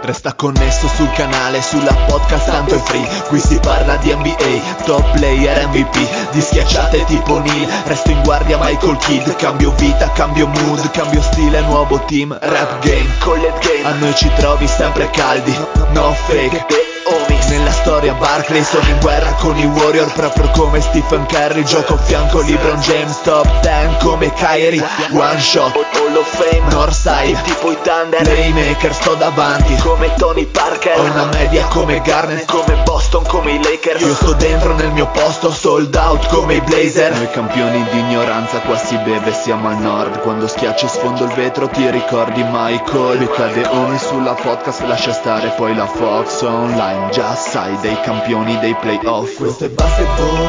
Resta connesso sul canale, sulla podcast tanto è free. Qui si parla di NBA, top player MVP, di schiacciate tipo Neil. Resto in guardia Michael Kidd. Cambio vita, cambio mood, cambio stile, nuovo team. Rap game, collet game, a noi ci trovi sempre caldi. No fake, nella storia Barkley, sono in guerra con i Warrior, proprio come Stephen Curry. Gioco a fianco LeBron James, top 10 come Kyrie. One shot, Hall of Fame, Northside, tipo i Thunder. Playmaker, sto davanti come Tony Parker. Ho una media come Garnett, come Boston, come i Lakers. Io sto dentro nel mio posto, sold out come i Blazer. Noi campioni di ignoranza, qua si beve, siamo al nord. Quando schiaccio e sfondo il vetro ti ricordi Michael. Mi cade ogni sulla podcast, lascia stare poi la Fox online. Già sai, dei campioni dei playoff. Questo è basketball,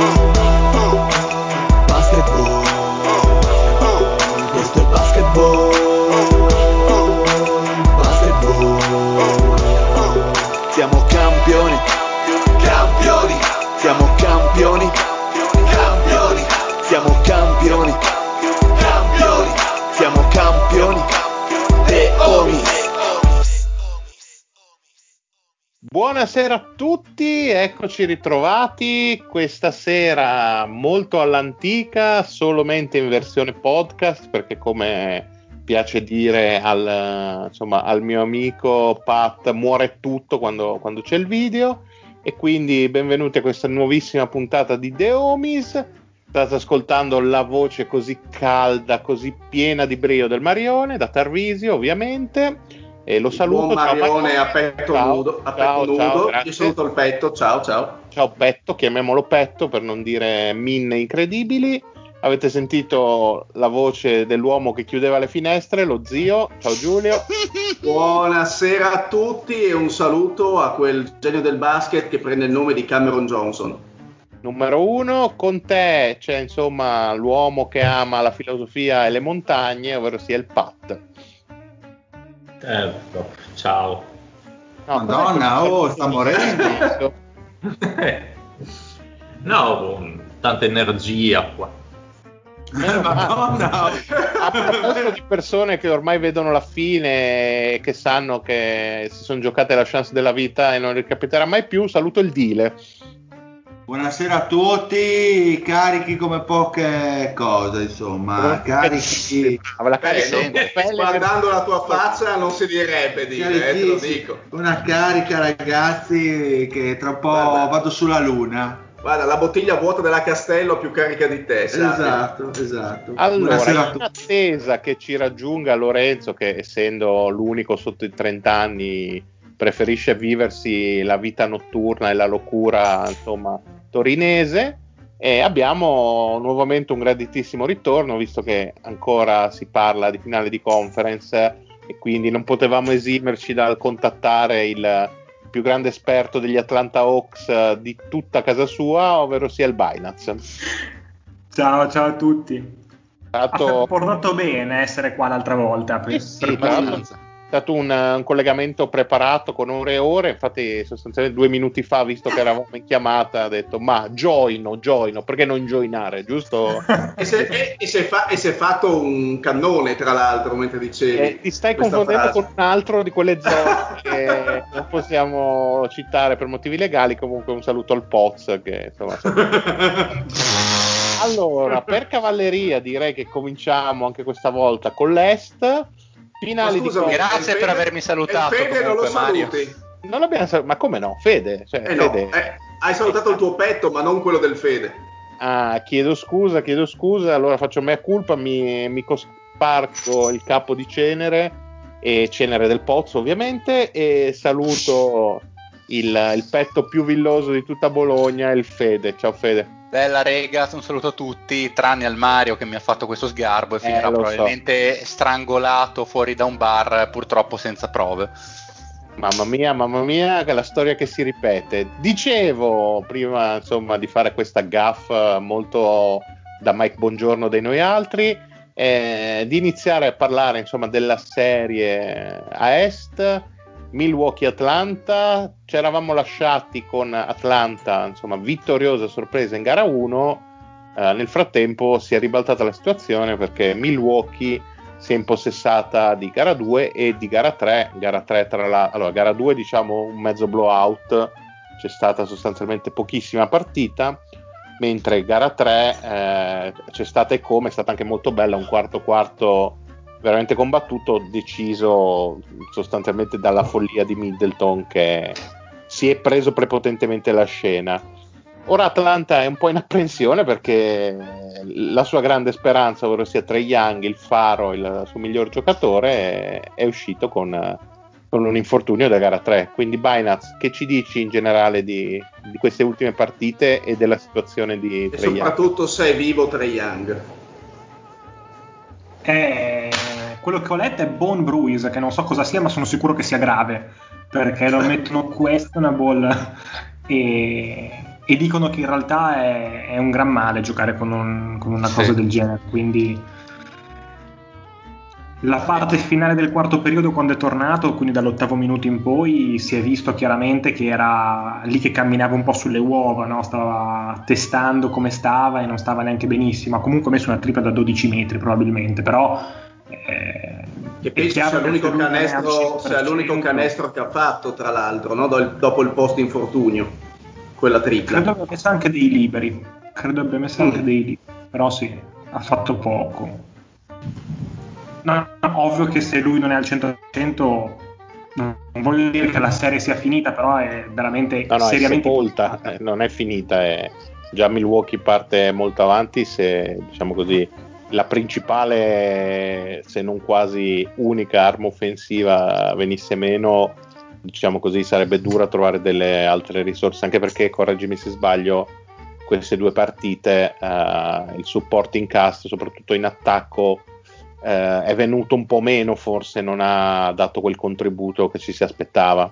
basketball. Questo è basketball, basketball. Siamo campioni, campioni. Siamo campioni, campioni. Siamo campioni, campioni. Siamo campioni, The Homies. Buonasera a tutti, eccoci ritrovati questa sera molto all'antica, solamente in versione podcast, perché come piace dire al mio amico Pat, muore tutto quando c'è il video. E quindi benvenuti a questa nuovissima puntata di The Homies. State ascoltando la voce così calda, così piena di brio del Marione, da Tarvisio ovviamente. E lo saluto. Buon Marione a petto nudo. Ciao, Io saluto il petto, ciao. Ciao Petto, chiamiamolo Petto per non dire minne incredibili. Avete sentito la voce dell'uomo che chiudeva le finestre, lo zio. Ciao Giulio. Buonasera a tutti e un saluto a quel genio del basket che prende il nome di Cameron Johnson. Numero uno, con te c'è insomma l'uomo che ama la filosofia e le montagne, ovvero sia il Pat. Ciao. No, Madonna, sta morendo. No, tanta energia qua. Madonna. A proposito di persone che ormai vedono la fine e che sanno che si sono giocate la chance della vita e non ricapiterà mai più, saluto il Dile. Buonasera a tutti, carichi come poche cose, insomma, carichi. Guardando la tua faccia non si direbbe Dile, te lo dico. Una carica, ragazzi, che tra un po' vado sulla luna. Guarda, la bottiglia vuota della Castello più carica di te. Esatto. Allora, in attesa che ci raggiunga Lorenzo, che essendo l'unico sotto i 30 anni preferisce viversi la vita notturna e la locura, insomma, torinese, e abbiamo nuovamente un graditissimo ritorno, visto che ancora si parla di finale di conference e quindi non potevamo esimerci dal contattare il più grande esperto degli Atlanta Hawks di tutta casa sua, ovvero sia il Binance. Ciao a tutti. Ha portato bene essere qua l'altra volta. È stato un collegamento preparato con ore e ore, infatti sostanzialmente 2 minuti fa, visto che eravamo in chiamata, ha detto ma joino, perché non joinare, giusto? E si è fatto un cannone, tra l'altro, mentre dicevi. Ti stai confondendo con un altro di quelle zone che non possiamo citare per motivi legali. Comunque un saluto al Poz, che insomma... Allora, per cavalleria direi che cominciamo anche questa volta con l'Est. Finali di grazie per avermi salutato. Fede non lo saluti. Non l'abbiamo ma come no? Fede, Fede. Hai salutato il tuo petto, ma non quello del Fede. Ah, chiedo scusa. Allora faccio mea culpa, mi cospargo il capo di cenere e cenere del Pozzo, ovviamente, e saluto il petto più villoso di tutta Bologna, il Fede. Ciao Fede. Bella rega, un saluto a tutti, tranne al Mario che mi ha fatto questo sgarbo e finirà probabilmente strangolato fuori da un bar, purtroppo senza prove. Mamma mia, che la storia che si ripete. Dicevo, prima insomma di fare questa gaffe molto da Mike Bongiorno dei noi altri, di iniziare a parlare insomma della serie a Est, Milwaukee-Atlanta. Ci eravamo lasciati con Atlanta, insomma, vittoriosa sorpresa in gara 1. Nel frattempo si è ribaltata la situazione perché Milwaukee si è impossessata di gara 2 e di gara 3. Gara 2 diciamo un mezzo blowout, c'è stata sostanzialmente pochissima partita, mentre gara 3 c'è stata è stata anche molto bella, un quarto veramente combattuto, deciso sostanzialmente dalla follia di Middleton, che si è preso prepotentemente la scena. Ora Atlanta è un po' in apprensione perché la sua grande speranza, ovvero sia Trae Young, il faro, il suo miglior giocatore, è uscito con un infortunio da gara 3. Quindi Binance, che ci dici in generale di queste ultime partite e della situazione di Trae Young? E soprattutto se è vivo Trae Young. Quello che ho letto è bone bruise, che non so cosa sia, ma sono sicuro che sia grave, perché lo mettono questionable e dicono che in realtà è un gran male giocare con una cosa del genere. Quindi la parte finale del quarto periodo, quando è tornato, quindi dall'8° minuto in poi, si è visto chiaramente che era lì che camminava un po' sulle uova, no? Stava testando come stava e non stava neanche benissimo. Ha comunque messo una tripla da 12 metri probabilmente, però che penso sia l'unico canestro che ha fatto, tra l'altro, no? Dopo il post infortunio, quella tripla. Credo abbia messo anche dei liberi, però sì, ha fatto poco. No, ovvio che se lui non è al 100% non voglio dire che la serie sia finita, però è veramente seriamente è sepolta, non è finita, già Milwaukee parte molto avanti. Se diciamo così la principale, se non quasi unica arma offensiva venisse meno, diciamo così, sarebbe dura trovare delle altre risorse, anche perché, correggimi se sbaglio, queste due partite il supporting cast, soprattutto in attacco, è venuto un po' meno, forse non ha dato quel contributo che ci si aspettava.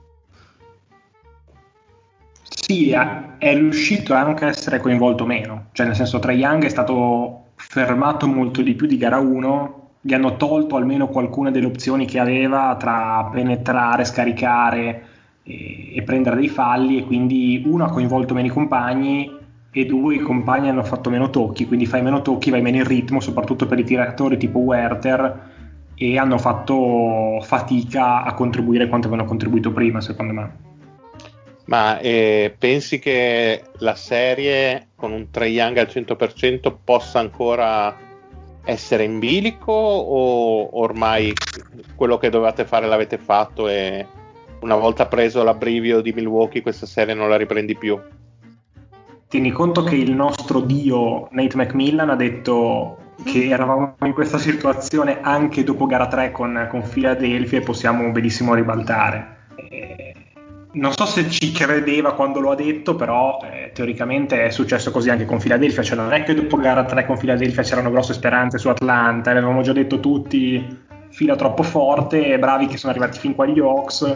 Sì, è riuscito anche a essere coinvolto meno, cioè nel senso Trae Young è stato fermato molto di più di gara 1, gli hanno tolto almeno qualcuna delle opzioni che aveva tra penetrare, scaricare e prendere dei falli, e quindi uno ha coinvolto meno i compagni e due i compagni hanno fatto meno tocchi, quindi fai meno tocchi, vai meno in ritmo, soprattutto per i tiratori tipo Werther, e hanno fatto fatica a contribuire quanto avevano contribuito prima, secondo me. Ma pensi che la serie con un Trae Young al 100% possa ancora essere in bilico, o ormai quello che dovevate fare l'avete fatto e una volta preso l'abbrivio di Milwaukee questa serie non la riprendi più? Tieni conto che il nostro dio Nate McMillan ha detto che eravamo in questa situazione anche dopo gara 3 con Philadelphia e possiamo benissimo ribaltare. Non so se ci credeva quando lo ha detto, però teoricamente è successo così anche con Philadelphia, cioè non è che dopo gara 3 con Philadelphia c'erano grosse speranze su Atlanta, avevamo già detto tutti fila troppo forte, bravi che sono arrivati fin qua gli Hawks,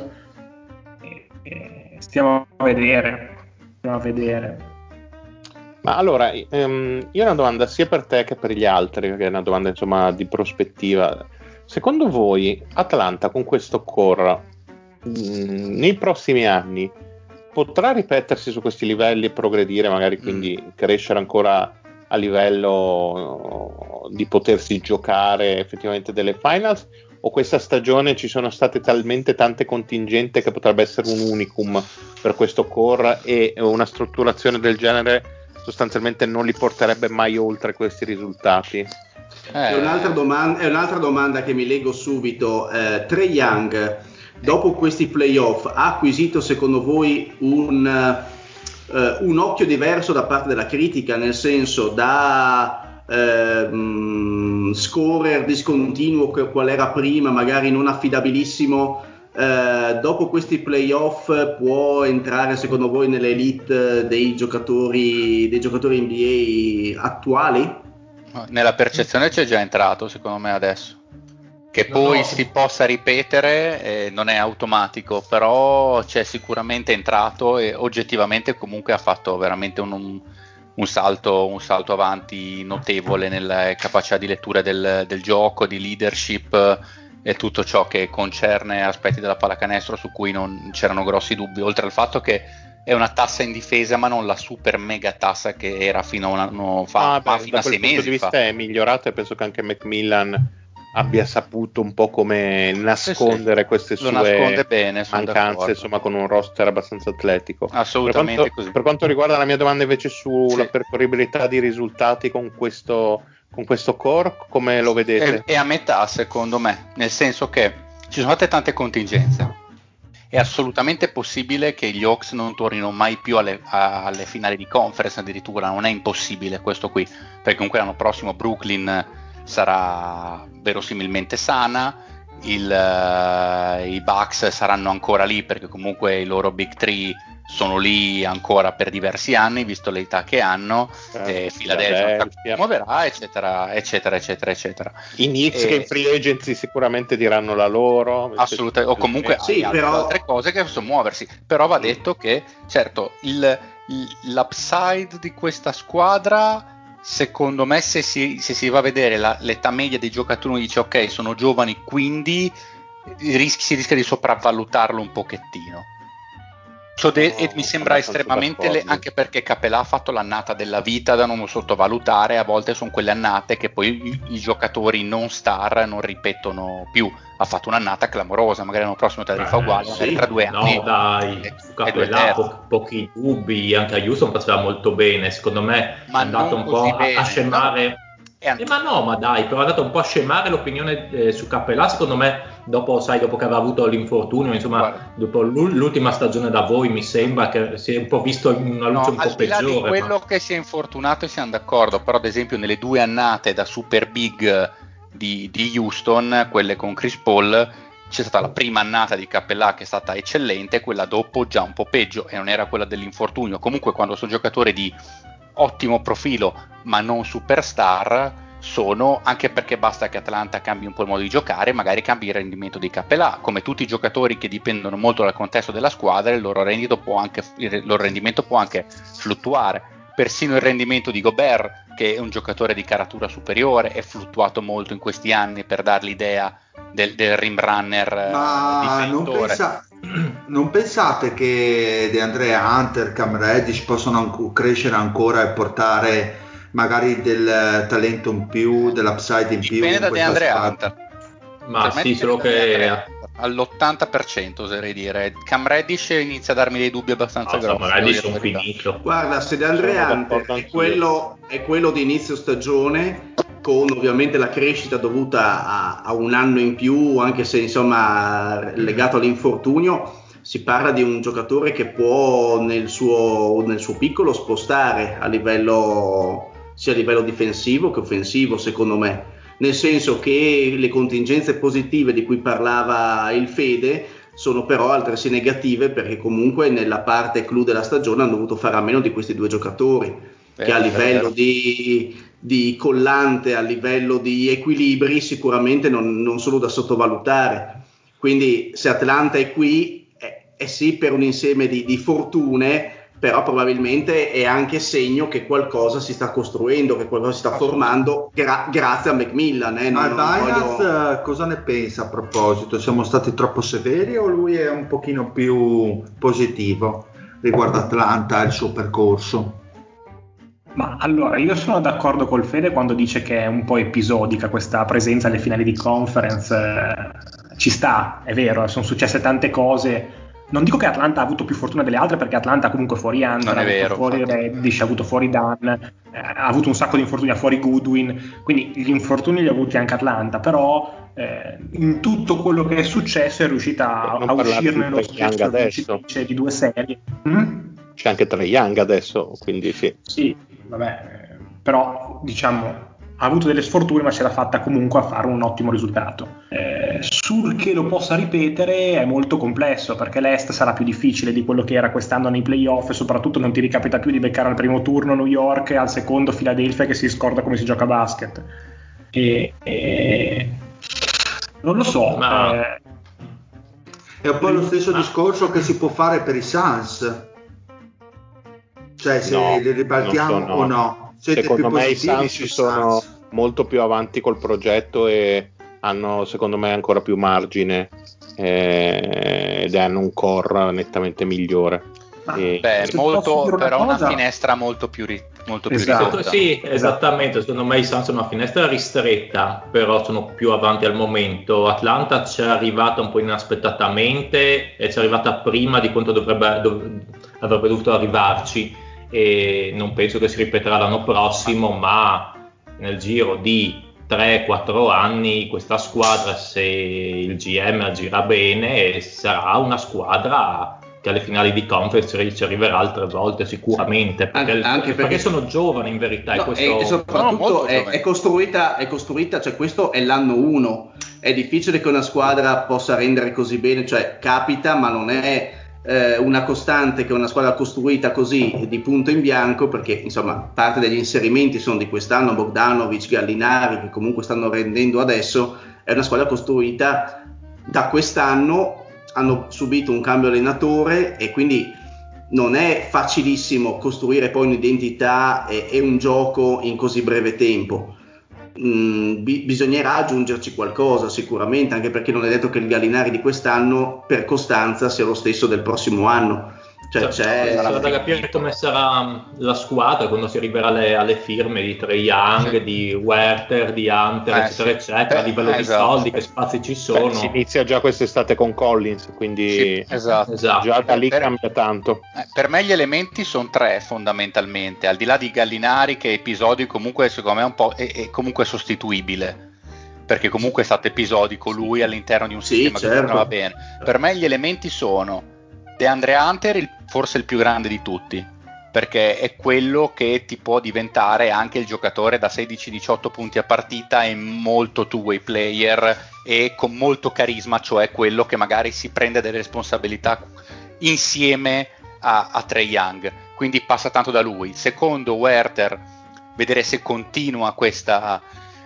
stiamo a vedere. Ma allora, io ho una domanda sia per te che per gli altri, che è una domanda insomma di prospettiva. Secondo voi Atlanta con questo core nei prossimi anni potrà ripetersi su questi livelli e progredire, magari quindi crescere ancora a livello di potersi giocare effettivamente delle finals, o questa stagione ci sono state talmente tante contingente che potrebbe essere un unicum per questo core e una strutturazione del genere sostanzialmente non li porterebbe mai oltre questi risultati? È un'altra domanda che mi leggo subito. Trae Young dopo questi playoff ha acquisito secondo voi un occhio diverso da parte della critica, nel senso da scorer discontinuo qual era prima, magari non affidabilissimo, dopo questi playoff può entrare secondo voi nell'elite dei giocatori NBA attuali? Nella percezione c'è già entrato secondo me adesso. Che poi si possa ripetere non è automatico, però c'è sicuramente entrato e oggettivamente comunque ha fatto veramente un salto avanti notevole nella capacità di lettura del gioco, di leadership e tutto ciò che concerne aspetti della pallacanestro su cui non c'erano grossi dubbi, oltre al fatto che è una tassa in difesa, ma non la super mega tassa che era fino a un anno fa, ma fino a 6 mesi fa. Da quel punto di vista è migliorato, e penso che anche Macmillan abbia saputo un po' come nascondere queste sue bene, mancanze, insomma, con un roster abbastanza atletico. Assolutamente così. Per quanto riguarda la mia domanda invece sulla percorribilità di risultati con questo core, come lo vedete? È a metà, secondo me, nel senso che ci sono state tante contingenze. È assolutamente possibile che gli Hawks non tornino mai più alle finali di conference, addirittura non è impossibile questo qui, perché comunque l'anno prossimo Brooklyn sarà verosimilmente sana, i Bucks saranno ancora lì perché comunque i loro Big Three sono lì ancora per diversi anni visto l'età che hanno, Philadelphia muoverà, eccetera eccetera eccetera eccetera. I Knicks che in free agency sicuramente diranno la loro, assolutamente, o comunque altre cose che possono muoversi, però va detto che certo l'upside di questa squadra, secondo me, se si va a vedere l'età media dei giocatori, uno dice ok, sono giovani, quindi si rischia di sopravvalutarlo un pochettino. E mi sembra estremamente anche perché Capelà ha fatto l'annata della vita da non sottovalutare. A volte sono quelle annate che poi i giocatori non star non ripetono più. Ha fatto un'annata clamorosa, magari l'anno prossimo te la rifà uguale, magari tra 2 anni. No dai, su Capelà pochi dubbi, anche a Houston faceva molto bene, secondo me è andato un po' a scemare. Ma dai, però è andato un po' a scemare l'opinione su Capelà, secondo me, dopo che aveva avuto l'infortunio, insomma, dopo l'ultima stagione da voi, mi sembra che si è un po' visto in una luce un po' peggiore. Al di là di quello che si è infortunato e siamo d'accordo, però ad esempio nelle 2 annate da super big di Houston, quelle con Chris Paul, c'è stata la prima annata di Capelà che è stata eccellente, quella dopo già un po' peggio e non era quella dell'infortunio. Comunque quando sono giocatori di ottimo profilo ma non superstar, sono, anche perché basta che Atlanta cambi un po' il modo di giocare, magari cambi il rendimento di Capelà. Come tutti i giocatori che dipendono molto dal contesto della squadra, il loro rendimento può anche fluttuare. Persino il rendimento di Gobert, che è un giocatore di caratura superiore, è fluttuato molto in questi anni per dar l'idea del rim runner. Ma non pensate che DeAndre Hunter, Cam Reddish possano crescere ancora e portare magari del talento in più, dell'upside in più? Dipende da DeAndre Hunter. Ma sì, solo che all'80% oserei dire. Cam Reddish inizia a darmi dei dubbi abbastanza grossi. Ma Reddish è un finito. Guarda, se DeAndre Hunter è quello di inizio stagione, con ovviamente la crescita dovuta a un anno in più, anche se insomma legato all'infortunio, si parla di un giocatore che può nel suo piccolo spostare sia a livello difensivo che offensivo, secondo me, nel senso che le contingenze positive di cui parlava il Fede sono però altresì negative, perché comunque nella parte clou della stagione hanno dovuto fare a meno di questi 2 giocatori che a livello di collante, a livello di equilibri sicuramente non sono da sottovalutare. Quindi se Atlanta è qui è sì per un insieme di fortune, però probabilmente è anche segno che qualcosa si sta costruendo, che qualcosa si sta formando grazie a McMillan. Ma Binance cosa ne pensa a proposito? Siamo stati troppo severi o lui è un pochino più positivo riguardo Atlanta e il suo percorso? Ma allora, io sono d'accordo col Fede quando dice che è un po' episodica questa presenza alle finali di conference. Ci sta, è vero, sono successe tante cose. Non dico che Atlanta ha avuto più fortuna delle altre, perché Atlanta comunque fuori Hunter, ha avuto fuori Reddish, ha avuto fuori Dunn, ha avuto un sacco di infortuni, ha fuori Goodwin, quindi gli infortuni li ha avuti anche Atlanta, però in tutto quello che è successo è riuscita a uscirne lo stesso vincitrice di 2 serie. C'è anche Trae Young adesso, quindi sì, vabbè, però diciamo ha avuto delle sfortune, ma ce l'ha fatta comunque a fare un ottimo risultato. Sul che lo possa ripetere è molto complesso, perché l'Est sarà più difficile di quello che era quest'anno nei playoff, e soprattutto non ti ricapita più di beccare al primo turno New York e al secondo Philadelphia che si scorda come si gioca a basket. Non lo so. È un po' lo stesso discorso che si può fare per i Suns. Cioè se li ribaltiamo o no? Secondo me i Suns sono molto più avanti col progetto e hanno secondo me ancora più margine ed hanno un core nettamente migliore. Però una finestra molto più ristretta. Sì, esattamente. Secondo me i Suns sono una finestra ristretta, però sono più avanti al momento. Atlanta ci è arrivata un po' inaspettatamente e ci è arrivata prima di quanto avrebbe dovuto arrivarci, e non penso che si ripeterà l'anno prossimo, ma nel giro di 3-4 anni questa squadra, se il GM agirà bene, sarà una squadra che alle finali di conference ci arriverà altre volte sicuramente, perché sono giovani in verità. No, e soprattutto è costruita, cioè questo è l'anno 1, è difficile che una squadra possa rendere così bene, cioè capita, ma non è una costante che una squadra costruita così di punto in bianco, perché insomma parte degli inserimenti sono di quest'anno, Bogdanovic, Gallinari, che comunque stanno rendendo adesso. È una squadra costruita da quest'anno, hanno subito un cambio allenatore e quindi non è facilissimo costruire poi un'identità e un gioco in così breve tempo. Bisognerà aggiungerci qualcosa sicuramente, anche perché non è detto che il Gallinari di quest'anno per costanza sia lo stesso del prossimo anno. Sarà da capire come sarà la squadra quando si arriverà alle firme di Trae Young, di Werther, di Hunter, eccetera, a livello di soldi, che spazi ci sono. Si inizia già quest'estate con Collins, quindi esatto. Già da lì cambia tanto. Per me gli elementi sono 3 fondamentalmente, al di là di Gallinari, che episodi comunque secondo me un po' è comunque sostituibile, perché comunque è stato episodico lui all'interno di un sistema che funzionava bene. Per me gli elementi sono DeAndre Hunter, forse il più grande di tutti, perché è quello che ti può diventare anche il giocatore da 16-18 punti a partita e molto two-way player e con molto carisma, cioè quello che magari si prende delle responsabilità insieme a Trae Young, quindi passa tanto da lui. Secondo, Werther, vedere se continua questa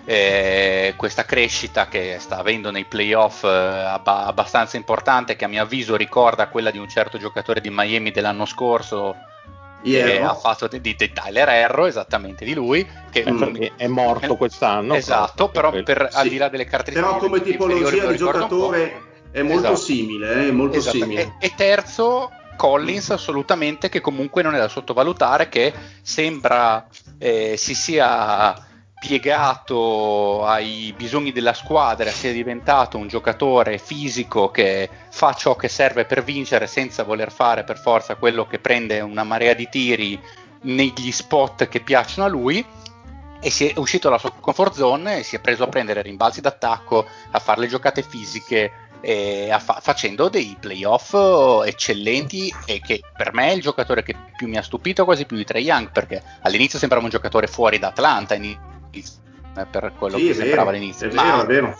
crescita che sta avendo nei playoff abbastanza importante, che a mio avviso ricorda quella di un certo giocatore di Miami dell'anno scorso, che ha fatto di Tyler Herro, esattamente di lui, che è morto quest'anno. Esatto, però al di là delle caratteristiche, però come tipologia di giocatore è molto simile, è molto simile. E terzo, Collins, assolutamente, che comunque non è da sottovalutare, che sembra si sia piegato ai bisogni della squadra, sia diventato un giocatore fisico che fa ciò che serve per vincere senza voler fare per forza quello che prende una marea di tiri negli spot che piacciono a lui, e si è uscito dalla sua comfort zone e si è preso a prendere rimbalzi d'attacco, a fare le giocate fisiche, facendo dei playoff eccellenti, e che per me è il giocatore che più mi ha stupito, quasi più di Trae Young, perché all'inizio sembrava un giocatore fuori da Atlanta per quello che sembrava all'inizio, è vero.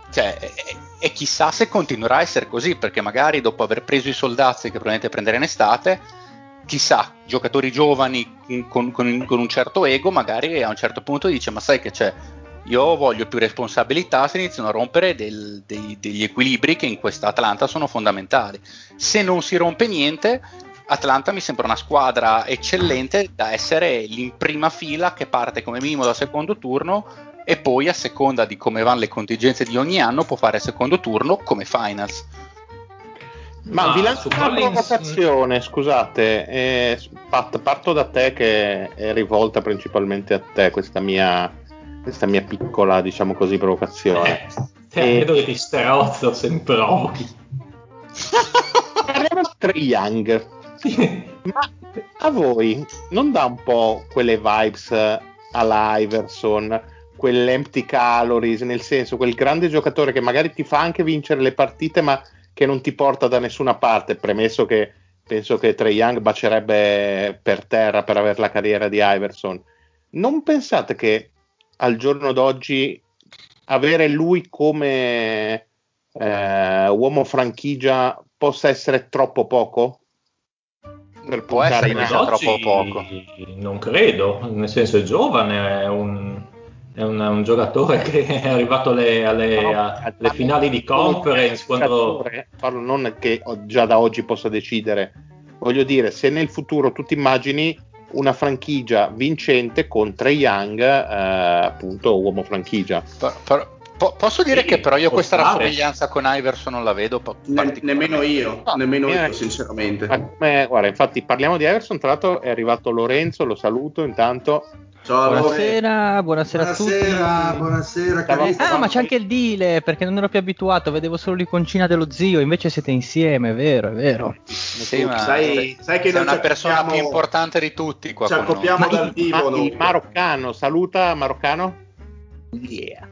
E chissà se continuerà a essere così, perché magari dopo aver preso i soldazzi che probabilmente prenderà in estate, chissà, giocatori giovani con un certo ego magari a un certo punto dice: ma sai che c'è, io voglio più responsabilità, se iniziano a rompere degli equilibri che in questa Atlanta sono fondamentali. Se non si rompe niente, Atlanta mi sembra una squadra eccellente da essere in prima fila, che parte come minimo dal secondo turno e poi, a seconda di come vanno le contingenze di ogni anno, può fare secondo turno come finals. Ma vi lancio una provocazione, scusate, Pat, parto da te, che è rivolta principalmente a te questa mia piccola, diciamo così, provocazione. Vedo che ti strozzo se mi provochi. Parliamo di Trae Young. Ma a voi non dà un po' quelle vibes alla Iverson, quell'empty calories, nel senso, quel grande giocatore che magari ti fa anche vincere le partite ma che non ti porta da nessuna parte, premesso che penso che Trae Young bacerebbe per terra per avere la carriera di Iverson? Non pensate che al giorno d'oggi avere lui come uomo franchigia possa essere troppo poco? Per può essere troppo poco. Non credo, nel senso è giovane, è un giocatore che è arrivato alle finali di conference. Parlo non che già da oggi possa decidere, voglio dire, se nel futuro tu ti immagini una franchigia vincente con Trae Young, appunto uomo franchigia. Posso dire che però io questa rassomiglianza con Iverson non la vedo nemmeno io sinceramente. Guarda, infatti parliamo di Iverson, tra l'altro è arrivato Lorenzo, lo saluto intanto. Ciao, buonasera a tutti. Buonasera. Ma c'è anche il Dile, perché non ero più abituato, vedevo solo l'iconcina dello zio, invece siete insieme, è vero. Sì, ma sai che sei una persona più importante di tutti qua. Ci accoppiamo dal vivo. Il maroccano, saluta maroccano. Yeah.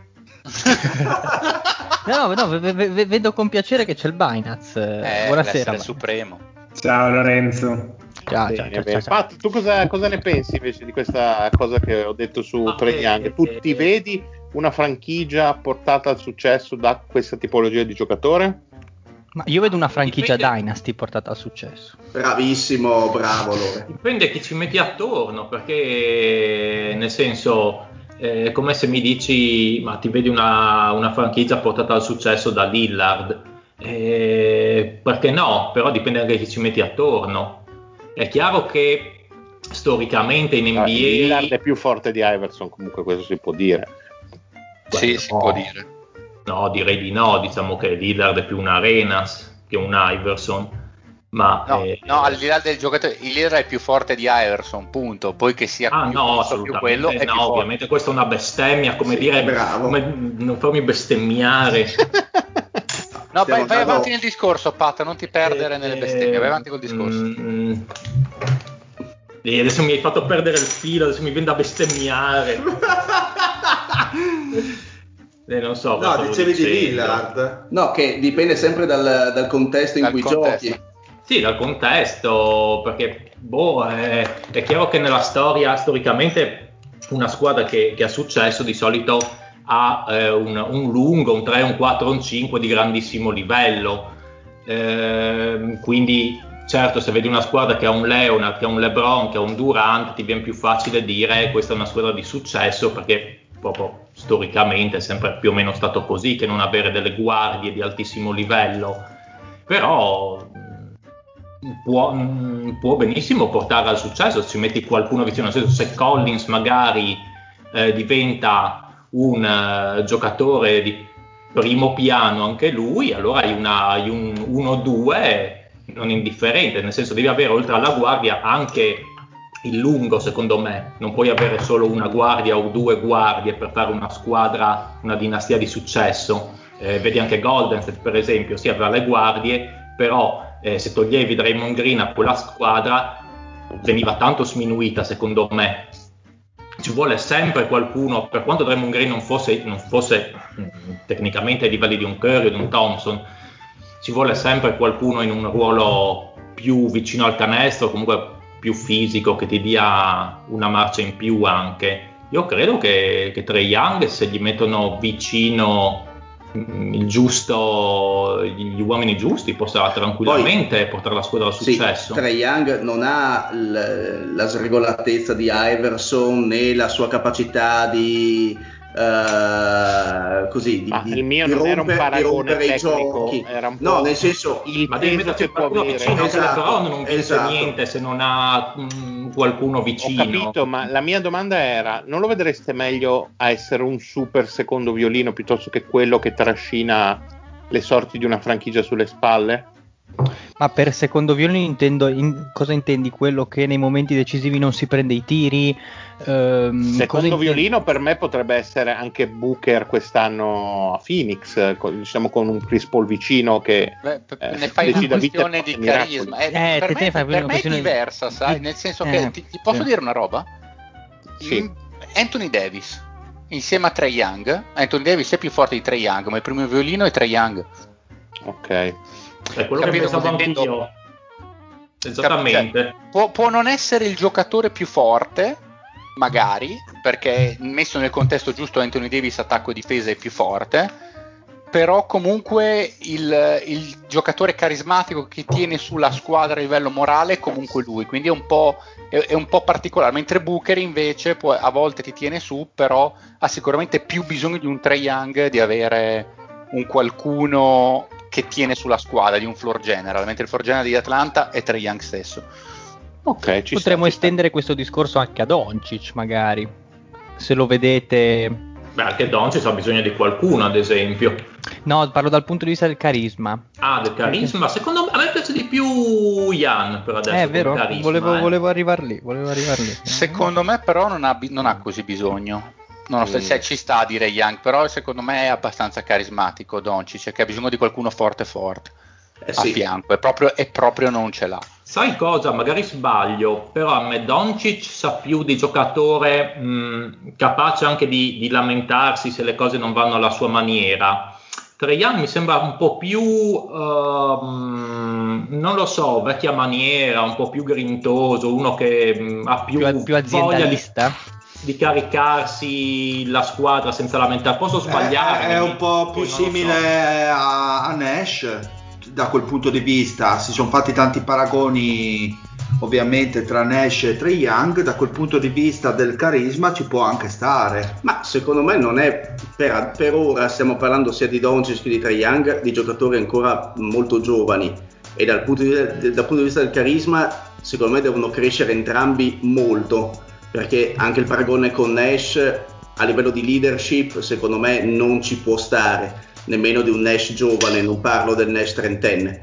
No, vedo con piacere che c'è il Binance. Buonasera. Il supremo. Ciao Lorenzo. Ciao. Pat, tu cosa ne pensi invece di questa cosa che ho detto su Trae Young? Tu ti vedi una franchigia portata al successo da questa tipologia di giocatore? Ma io vedo una franchigia Dynasty portata al successo. Bravissimo, bravo Lore. Dipende chi ci metti attorno, perché nel senso è come se mi dici ma ti vedi una franchigia portata al successo da Lillard, perché no? Però dipende anche chi ci metti attorno. È chiaro che storicamente in NBA Lillard è più forte di Iverson, comunque questo si può dire. Sì, si può dire. No, direi di no, diciamo che Lillard è più un Arenas che un Iverson. Ma no, al di là del giocatore, Lillard è più forte di Iverson, punto. Poi che sia più quello è più forte. Ovviamente questa è una bestemmia, come dire, bravo. Come non farmi bestemmiare. No, vai avanti nel discorso, Pat, non ti perdere nelle bestemmie, vai avanti col discorso. Adesso mi hai fatto perdere il filo, adesso mi viene da bestemmiare. Non so. No, dicevi di Lillard. No, che dipende sempre dal contesto in cui giochi. Sì, dal contesto, perché è chiaro che nella storia, storicamente, una squadra che ha successo di solito ha un lungo, un 3, un 4, un 5 di grandissimo livello, quindi certo se vedi una squadra che ha un Leonard, che ha un LeBron, che ha un Durant, ti viene più facile dire questa è una squadra di successo, perché proprio storicamente è sempre più o meno stato così, che non avere delle guardie di altissimo livello, però può benissimo portare al successo se ci metti qualcuno vicino, nel senso se Collins magari diventa un giocatore di primo piano anche lui, allora hai un 1-2 non indifferente, nel senso devi avere oltre alla guardia anche il lungo, secondo me non puoi avere solo una guardia o due guardie per fare una squadra, una dinastia di successo. Vedi anche Golden State per esempio, sì aveva le guardie, però se toglievi Draymond Green a quella squadra veniva tanto sminuita, secondo me. Ci vuole sempre qualcuno, per quanto Draymond Green non fosse tecnicamente ai livelli di un Curry o di un Thompson, ci vuole sempre qualcuno in un ruolo più vicino al canestro, comunque più fisico, che ti dia una marcia in più anche. Io credo che Trae Young, se gli mettono vicino gli uomini giusti, possa tranquillamente portare la squadra al successo. Trae Young non ha la sregolatezza di Iverson né la sua capacità di il mio non era un paragone tecnico, era un po' nel senso il peso che può avere. Però non vince niente se non ha qualcuno vicino. Ho capito, ma la mia domanda era: non lo vedreste meglio a essere un super secondo violino piuttosto che quello che trascina le sorti di una franchigia sulle spalle? Ma per secondo violino cosa intendi? Quello che nei momenti decisivi non si prende i tiri? Secondo violino per me potrebbe essere anche Booker quest'anno a Phoenix, diciamo con un Chris Paul vicino che ne fai una questione di carisma. Per me è diversa, sai? Nel senso che ti posso dire una roba? Sì. Anthony Davis insieme a Trae Young. Anthony Davis è più forte di Trae Young, ma il primo violino è Trae Young. Ok. È quello che pensavo anch'io. Esattamente. Può non essere il giocatore più forte, magari, perché messo nel contesto giusto Anthony Davis attacco e difesa è più forte, però comunque il giocatore carismatico che tiene sulla squadra a livello morale è comunque lui, quindi è un po' particolare, mentre Booker invece a volte ti tiene su, però ha sicuramente più bisogno di un Trae Young, di avere un qualcuno che tiene sulla squadra, di un floor general, mentre il floor general di Atlanta è Trae Young stesso. Ok, potremmo estendere questo discorso anche a Doncic, magari, se lo vedete Beh, anche Doncic ha bisogno di qualcuno, ad esempio. No, parlo dal punto di vista del carisma. Ah, del carisma? Secondo me, a me piace di più Jan per adesso. È vero, carisma, volevo arrivar lì. Secondo me però non ha così bisogno. Nonostante ci sta a dire Young, però secondo me è abbastanza carismatico Doncic, che ha bisogno di qualcuno forte a fianco, e proprio non ce l'ha. Sai cosa? Magari sbaglio, però a me Doncic sa più di giocatore capace anche di lamentarsi se le cose non vanno alla sua maniera. Trae Young mi sembra un po' più, non lo so, vecchia maniera, un po' più grintoso, uno che ha più aziendalista. Di caricarsi la squadra senza lamentare. Posso sbagliare? È un po' più simile a Nash da quel punto di vista. Si sono fatti tanti paragoni ovviamente tra Nash e Trae Young. Da quel punto di vista del carisma ci può anche stare, ma secondo me non è per ora. Stiamo parlando sia di Doncic che di Trae Young, di giocatori ancora molto giovani, e dal punto di vista del carisma secondo me devono crescere entrambi molto, perché anche il paragone con Nash a livello di leadership secondo me non ci può stare, nemmeno di un Nash giovane, non parlo del Nash trentenne.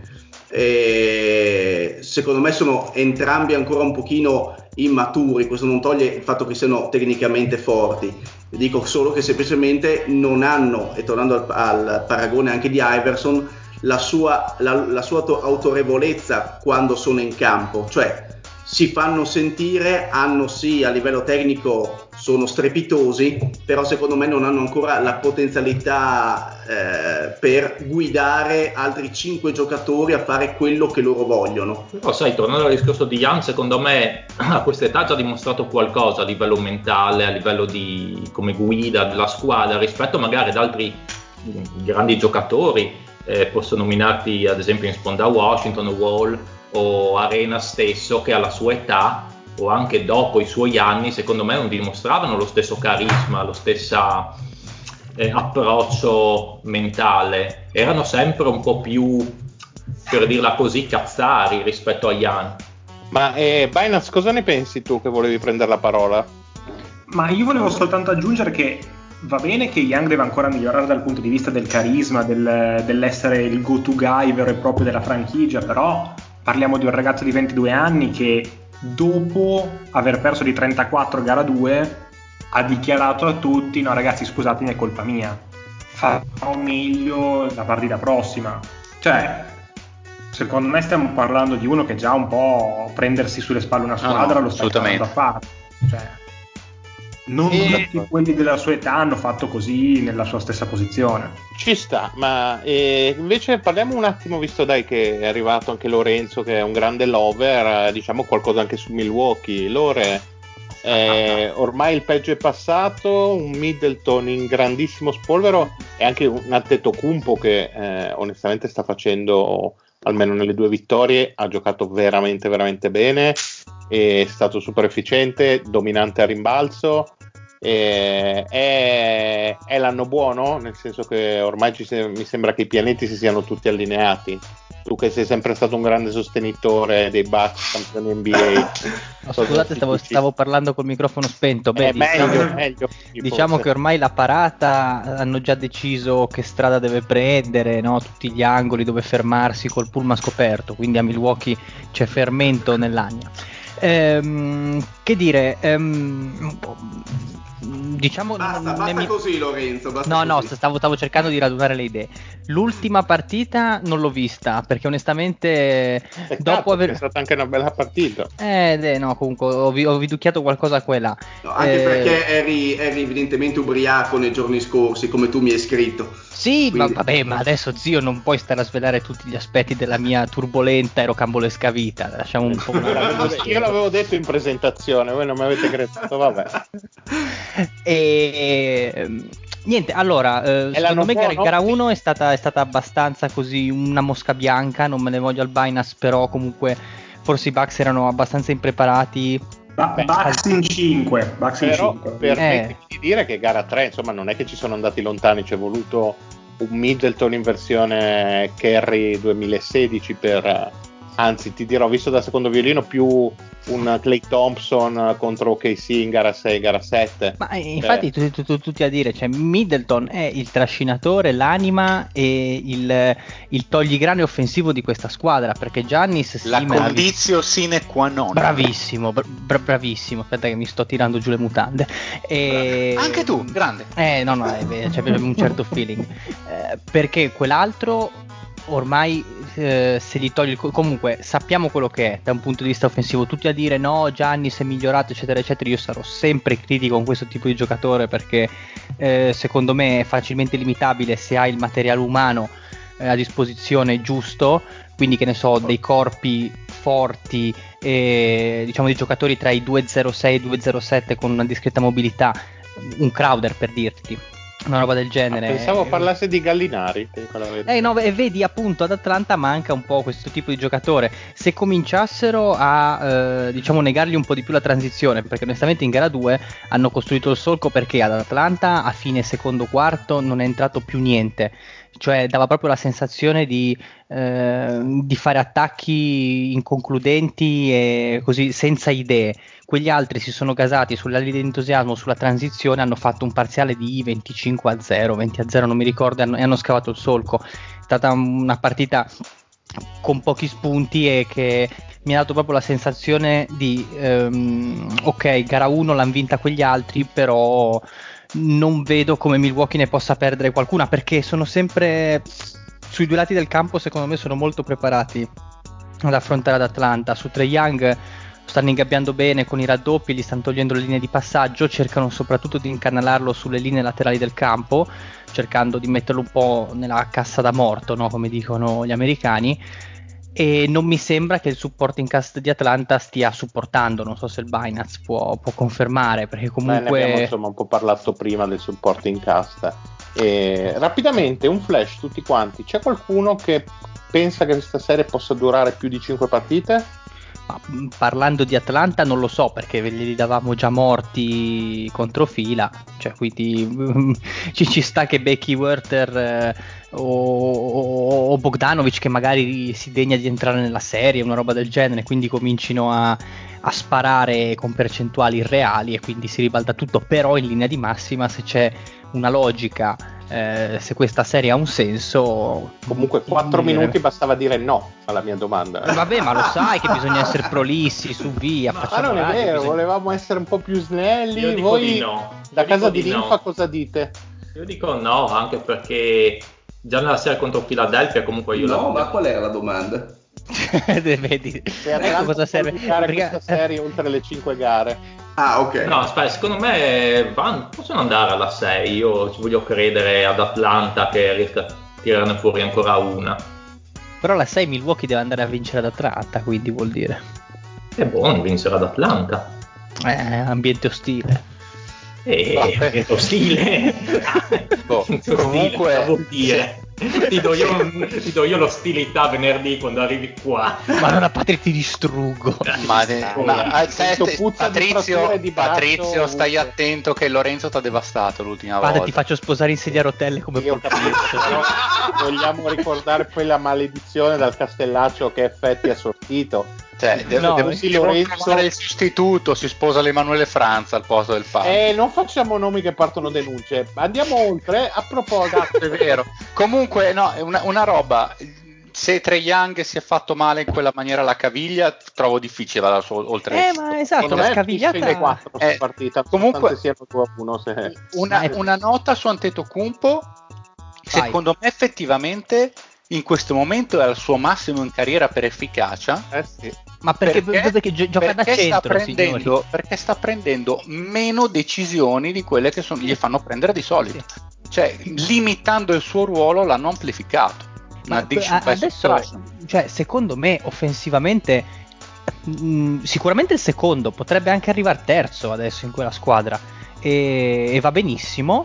E secondo me sono entrambi ancora un pochino immaturi. Questo non toglie il fatto che siano tecnicamente forti, dico solo che semplicemente non hanno, e tornando al paragone anche di Iverson, la sua autorevolezza quando sono in campo, cioè si fanno sentire, hanno sì a livello tecnico, sono strepitosi, però secondo me non hanno ancora la potenzialità per guidare altri 5 giocatori a fare quello che loro vogliono. Però sai, tornando al discorso di Jan, secondo me a questa età ha già dimostrato qualcosa a livello mentale, a livello di come guida della squadra, rispetto magari ad altri grandi giocatori. Posso nominarti ad esempio in sponda Washington, Wall o Arena stesso, che alla sua età o anche dopo i suoi anni secondo me non dimostravano lo stesso carisma, lo stesso approccio mentale, erano sempre un po' più, per dirla così, cazzari rispetto a Jan. Ma Binance, cosa ne pensi tu che volevi prendere la parola? Ma io volevo soltanto aggiungere che va bene che Young deve ancora migliorare dal punto di vista del carisma, dell'essere il go-to guy vero e proprio della franchigia, però parliamo di un ragazzo di 22 anni che dopo aver perso di 34 gara 2 ha dichiarato a tutti: no ragazzi, scusatemi, è colpa mia, farò meglio la partita prossima. Cioè, secondo me stiamo parlando di uno che già un po' prendersi sulle spalle una squadra lo sta imparando a fare. Cioè, non tutti quelli della sua età hanno fatto così nella sua stessa posizione. Ci sta, ma invece parliamo un attimo, visto dai che è arrivato anche Lorenzo, che è un grande lover, diciamo qualcosa anche su Milwaukee. Lore, ormai il peggio è passato, un Middleton in grandissimo spolvero e anche un Antetokounmpo che onestamente sta facendo, almeno nelle 2 vittorie, ha giocato veramente veramente bene, è stato super efficiente, dominante a rimbalzo. È l'anno buono, nel senso che ormai mi sembra che i pianeti si siano tutti allineati. Tu che sei sempre stato un grande sostenitore dei Bucks campioni NBA. Scusate, stavo parlando col microfono spento. Meglio, diciamo che ormai la parata hanno già deciso che strada deve prendere, no? Tutti gli angoli dove fermarsi col pullman scoperto, quindi a Milwaukee c'è fermento nell'aria. Che dire, diciamo basta così Lorenzo, così. Stavo cercando di radunare le idee. L'ultima partita non l'ho vista perché onestamente dopo è stata anche una bella partita. No, comunque ho viducchiato qualcosa qua e là. No, anche perché eri evidentemente ubriaco nei giorni scorsi, come tu mi hai scritto. Sì, quindi... ma adesso zio non puoi stare a svelare tutti gli aspetti della mia turbolenta e rocambolesca vita. Lasciamo un po'. Io l'avevo detto in presentazione, voi non mi avete creduto, vabbè. Niente, allora, secondo me gara 1 è stata abbastanza così una mosca bianca, non me ne voglio al Binance, però comunque forse i Bucks erano abbastanza impreparati. Bucks in 5. Permettimi di dire che gara 3, insomma, non è che ci sono andati lontani, c'è voluto un Middleton in versione Curry 2016 per anzi ti dirò, visto da secondo violino, più un Klay Thompson contro OKC in gara 6, gara 7. Ma infatti tutti a dire, cioè Middleton è il trascinatore, l'anima e il togligrane offensivo di questa squadra, perché Giannis la condizio sine qua non. Bravissimo, bravissimo. Aspetta che mi sto tirando giù le mutande. Anche tu, grande. No, c'è un certo feeling. Perché quell'altro ormai se gli togli comunque sappiamo quello che è da un punto di vista offensivo. Tutti a dire no, Giannis è migliorato eccetera eccetera. Io sarò sempre critico con questo tipo di giocatore, perché secondo me è facilmente limitabile se hai il materiale umano a disposizione giusto, quindi che ne so, dei corpi forti e diciamo dei giocatori tra i 2.06 e i 2.07 con una discreta mobilità, un Crowder per dirti, una roba del genere. Pensavo parlasse di Gallinari. No, e vedi appunto ad Atlanta manca un po' questo tipo di giocatore. Se cominciassero a diciamo negargli un po' di più la transizione, perché onestamente in gara 2 hanno costruito il solco, perché ad Atlanta a fine secondo quarto non è entrato più niente, cioè dava proprio la sensazione di fare attacchi inconcludenti e così senza idee. Quegli altri si sono gasati sulla linea di entusiasmo, sulla transizione, hanno fatto un parziale di 25-0, 20-0 non mi ricordo, e hanno scavato il solco. È stata una partita con pochi spunti e che mi ha dato proprio la sensazione di ok, gara 1 l'hanno vinta quegli altri, però non vedo come Milwaukee ne possa perdere qualcuna, perché sono sempre sui due lati del campo, secondo me sono molto preparati ad affrontare ad Atlanta. Su Trae Young stanno ingabbiando bene con i raddoppi, gli stanno togliendo le linee di passaggio, cercano soprattutto di incanalarlo sulle linee laterali del campo, cercando di metterlo un po' nella cassa da morto, no? Come dicono gli americani, e non mi sembra che il supporting cast di Atlanta stia supportando. Non so se il Binance può confermare, perché comunque ne abbiamo insomma un po' parlato prima del supporting cast. Rapidamente un flash tutti quanti, c'è qualcuno che pensa che questa serie possa durare più di 5 partite? Ma, parlando di Atlanta non lo so, perché li davamo già morti contro fila, cioè quindi ci sta che Becky Werther o Bogdanovic, che magari si degna di entrare nella serie, una roba del genere, quindi comincino a sparare con percentuali irreali e quindi si ribalta tutto. Però in linea di massima, se c'è una logica, se questa serie ha un senso, comunque 4 minuti bastava dire no alla mia domanda. Vabbè, ma lo sai che bisogna essere prolissi, su via. Ma non è vero, volevamo essere un po' più snelli. Voi da casa di Linfa cosa dite? Io dico no, anche perché già nella serie contro Philadelphia comunque io no, ma qual era la domanda? Vedi, ecco cosa serve questa serie oltre le 5 gare. Ah, ok. No, aspetta, secondo me possono andare alla 6. Io ci voglio credere ad Atlanta che riesca a tirarne fuori ancora una. Però la 6 Milwaukee deve andare a vincere ad Atlanta, quindi vuol dire è buono vincere ad Atlanta. Ambiente ostile. Ambiente ostile. Comunque vuol dire ti do io l'ostilità venerdì quando arrivi qua. Ma non a Patrizio ti distruggo. Patrizio, stai attento che Lorenzo ti ha devastato l'ultima volta. Ti faccio sposare in sedia a rotelle come io capisco, però vogliamo ricordare poi la maledizione dal Castellaccio che effetti ha sortito. Cioè, devo trovare il sostituto, si sposa l'Emanuele Franza al posto del padre. Non facciamo nomi che partono denunce. Andiamo oltre. A proposito, è vero. Comunque, no, una roba. Se Trae Young si è fatto male in quella maniera alla caviglia, trovo difficile vada oltre. Ma esatto, la scavigliata 4 partita. Comunque siano 2-1. Una nota su Antetokounmpo. Secondo me effettivamente in questo momento è al suo massimo in carriera per efficacia. Sì. Ma perché gioca da centro, perché sta prendendo meno decisioni di quelle che gli fanno prendere di solito. Sì. Cioè, limitando il suo ruolo l'hanno amplificato. Ma adesso, cioè, secondo me offensivamente sicuramente il secondo, potrebbe anche arrivare terzo adesso in quella squadra, e va benissimo.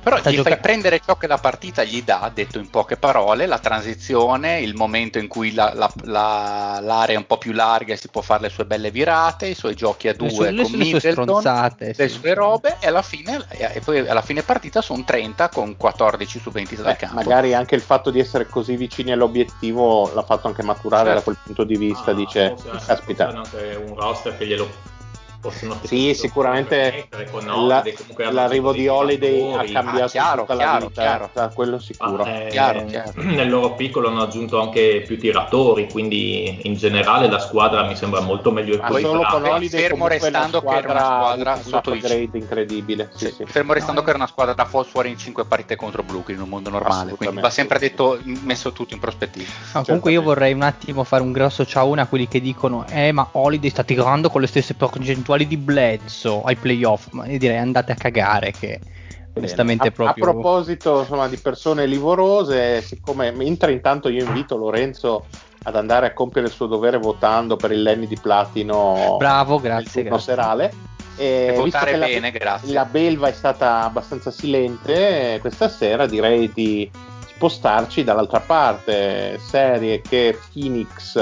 Però gli fai prendere ciò che la partita gli dà, detto in poche parole, la transizione, il momento in cui l'area è un po' più larga e si può fare le sue belle virate, i suoi giochi a due con Middleton, le sue robe, e poi alla fine partita sono 30 con 14 su 20 dal campo. Magari anche il fatto di essere così vicini all'obiettivo l'ha fatto anche maturare da quel punto di vista, dice, caspita. Anche un roster che glielo possono sicuramente l'arrivo di Holiday ha cambiato tutta la vita, quello sicuro. Nel loro piccolo hanno aggiunto anche più tiratori, quindi in generale la squadra mi sembra molto meglio equilibrata, fermo restando che era una squadra sotto di grade incredibile. Sì. Fermo restando che era una squadra da fuori in 5 partite contro Brooklyn in un mondo normale, quindi va sempre detto, messo tutto in prospettiva. Comunque io vorrei un attimo fare un grosso ciao a quelli che dicono ma Holiday sta tirando con le stesse percentuali di Bledsoe ai playoff, ma io direi andate a cagare, che onestamente proprio... A proposito insomma di persone livorose, siccome intanto io invito Lorenzo ad andare a compiere il suo dovere votando per il Lenny di Platino. Bravo, grazie. Serale. E votare bene, grazie. La belva è stata abbastanza silente questa sera, direi di spostarci dall'altra parte, serie che Phoenix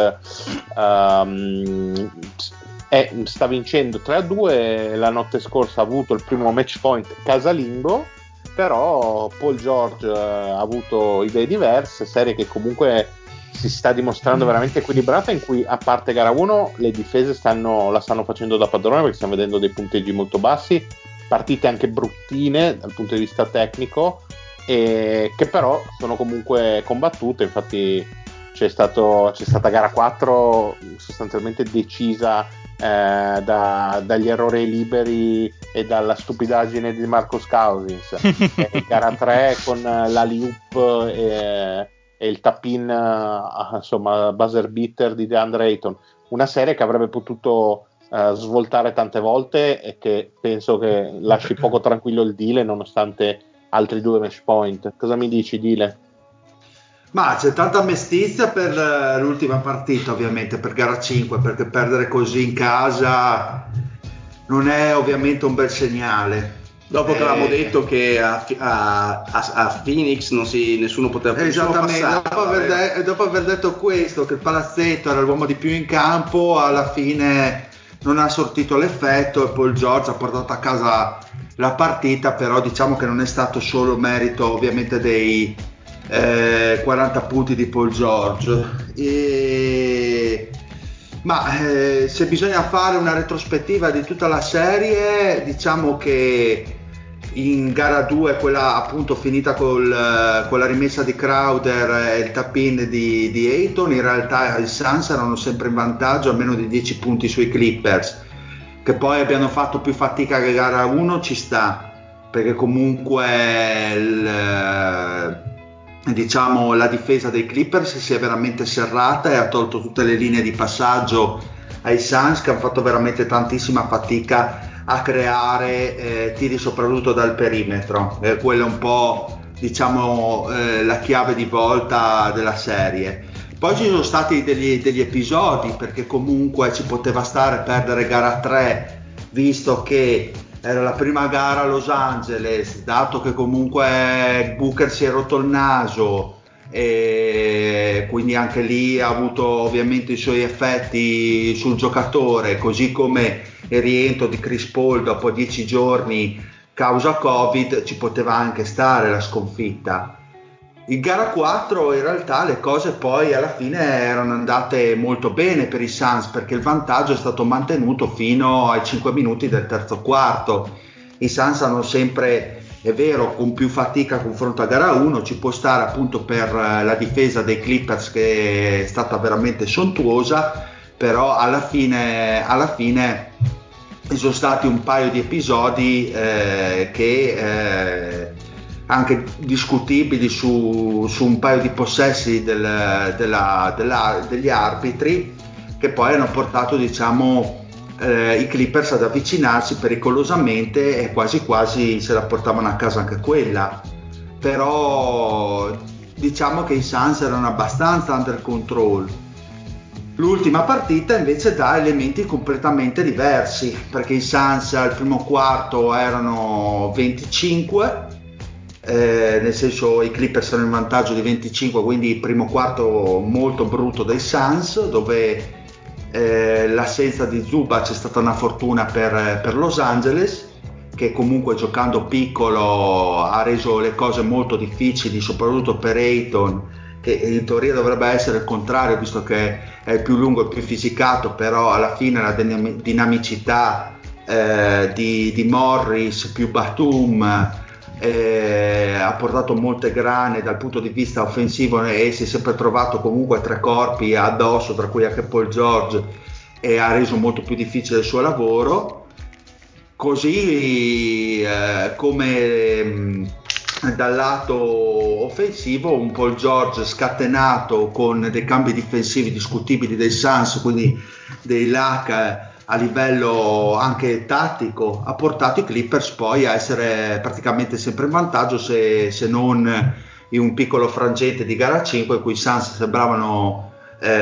sta vincendo 3-2, la notte scorsa ha avuto il primo match point casalingo, però Paul George ha avuto idee diverse, serie che comunque si sta dimostrando veramente equilibrata, in cui a parte gara 1 le difese la stanno facendo da padrone, perché stiamo vedendo dei punteggi molto bassi, partite anche bruttine dal punto di vista tecnico, e che però sono comunque combattute. Infatti c'è stata gara 4 sostanzialmente decisa dagli errori liberi e dalla stupidaggine di Marcus Cousins, gara 3 con l'alley-oop e il tap-in insomma buzzer beater di DeAndre Ayton, una serie che avrebbe potuto svoltare tante volte e che penso che lasci poco tranquillo il Dile nonostante altri 2 match point. Cosa mi dici, Dile? Ma c'è tanta mestizia per l'ultima partita, ovviamente, per gara 5, perché perdere così in casa non è ovviamente un bel segnale. Dopo che avevamo detto che a Phoenix nessuno poteva più passare. Dopo aver detto questo, che il palazzetto era l'uomo di più in campo, alla fine non ha sortito l'effetto e Paul George ha portato a casa la partita, però diciamo che non è stato solo merito ovviamente dei 40 punti di Paul George, ma se bisogna fare una retrospettiva di tutta la serie, diciamo che in gara 2, quella appunto finita con la rimessa di Crowder e il tap-in di Ayton, in realtà i Suns erano sempre in vantaggio a meno di 10 punti sui Clippers, che poi abbiano fatto più fatica che gara 1 ci sta, perché comunque diciamo la difesa dei Clippers si è veramente serrata e ha tolto tutte le linee di passaggio ai Suns, che hanno fatto veramente tantissima fatica a creare tiri soprattutto dal perimetro. Quella è un po' diciamo la chiave di volta della serie. Poi ci sono stati degli episodi, perché comunque ci poteva stare perdere gara 3, visto che era la prima gara a Los Angeles, dato che comunque Booker si è rotto il naso e quindi anche lì ha avuto ovviamente i suoi effetti sul giocatore, così come il rientro di Chris Paul dopo 10 giorni causa Covid, ci poteva anche stare la sconfitta. In gara 4 in realtà le cose poi alla fine erano andate molto bene per i Suns, perché il vantaggio è stato mantenuto fino ai 5 minuti del terzo quarto. I Suns hanno sempre, è vero, con più fatica confronto a gara 1, ci può stare appunto per la difesa dei Clippers che è stata veramente sontuosa, però alla fine ci sono stati un paio di episodi che anche discutibili su un paio di possessi degli arbitri, che poi hanno portato diciamo i Clippers ad avvicinarsi pericolosamente e quasi quasi se la portavano a casa anche quella. Però diciamo che i Suns erano abbastanza under control. L'ultima partita invece dà elementi completamente diversi, perché i Suns al primo quarto erano 25 nel senso i Clippers erano in vantaggio di 25, quindi il primo quarto molto brutto dei Suns, dove l'assenza di Zubac è stata una fortuna per Los Angeles, che comunque giocando piccolo ha reso le cose molto difficili, soprattutto per Ayton, che in teoria dovrebbe essere il contrario, visto che è il più lungo e più fisicato, però alla fine la dinamicità di Morris più Batum ha portato molte grane dal punto di vista offensivo, e si è sempre trovato comunque tre corpi addosso, tra cui anche Paul George, e ha reso molto più difficile il suo lavoro. Così come dal lato offensivo un Paul George scatenato con dei cambi difensivi discutibili dei Suns, quindi dei lack a livello anche tattico, ha portato i Clippers poi a essere praticamente sempre in vantaggio, se non in un piccolo frangente di gara 5 in cui i Suns sembravano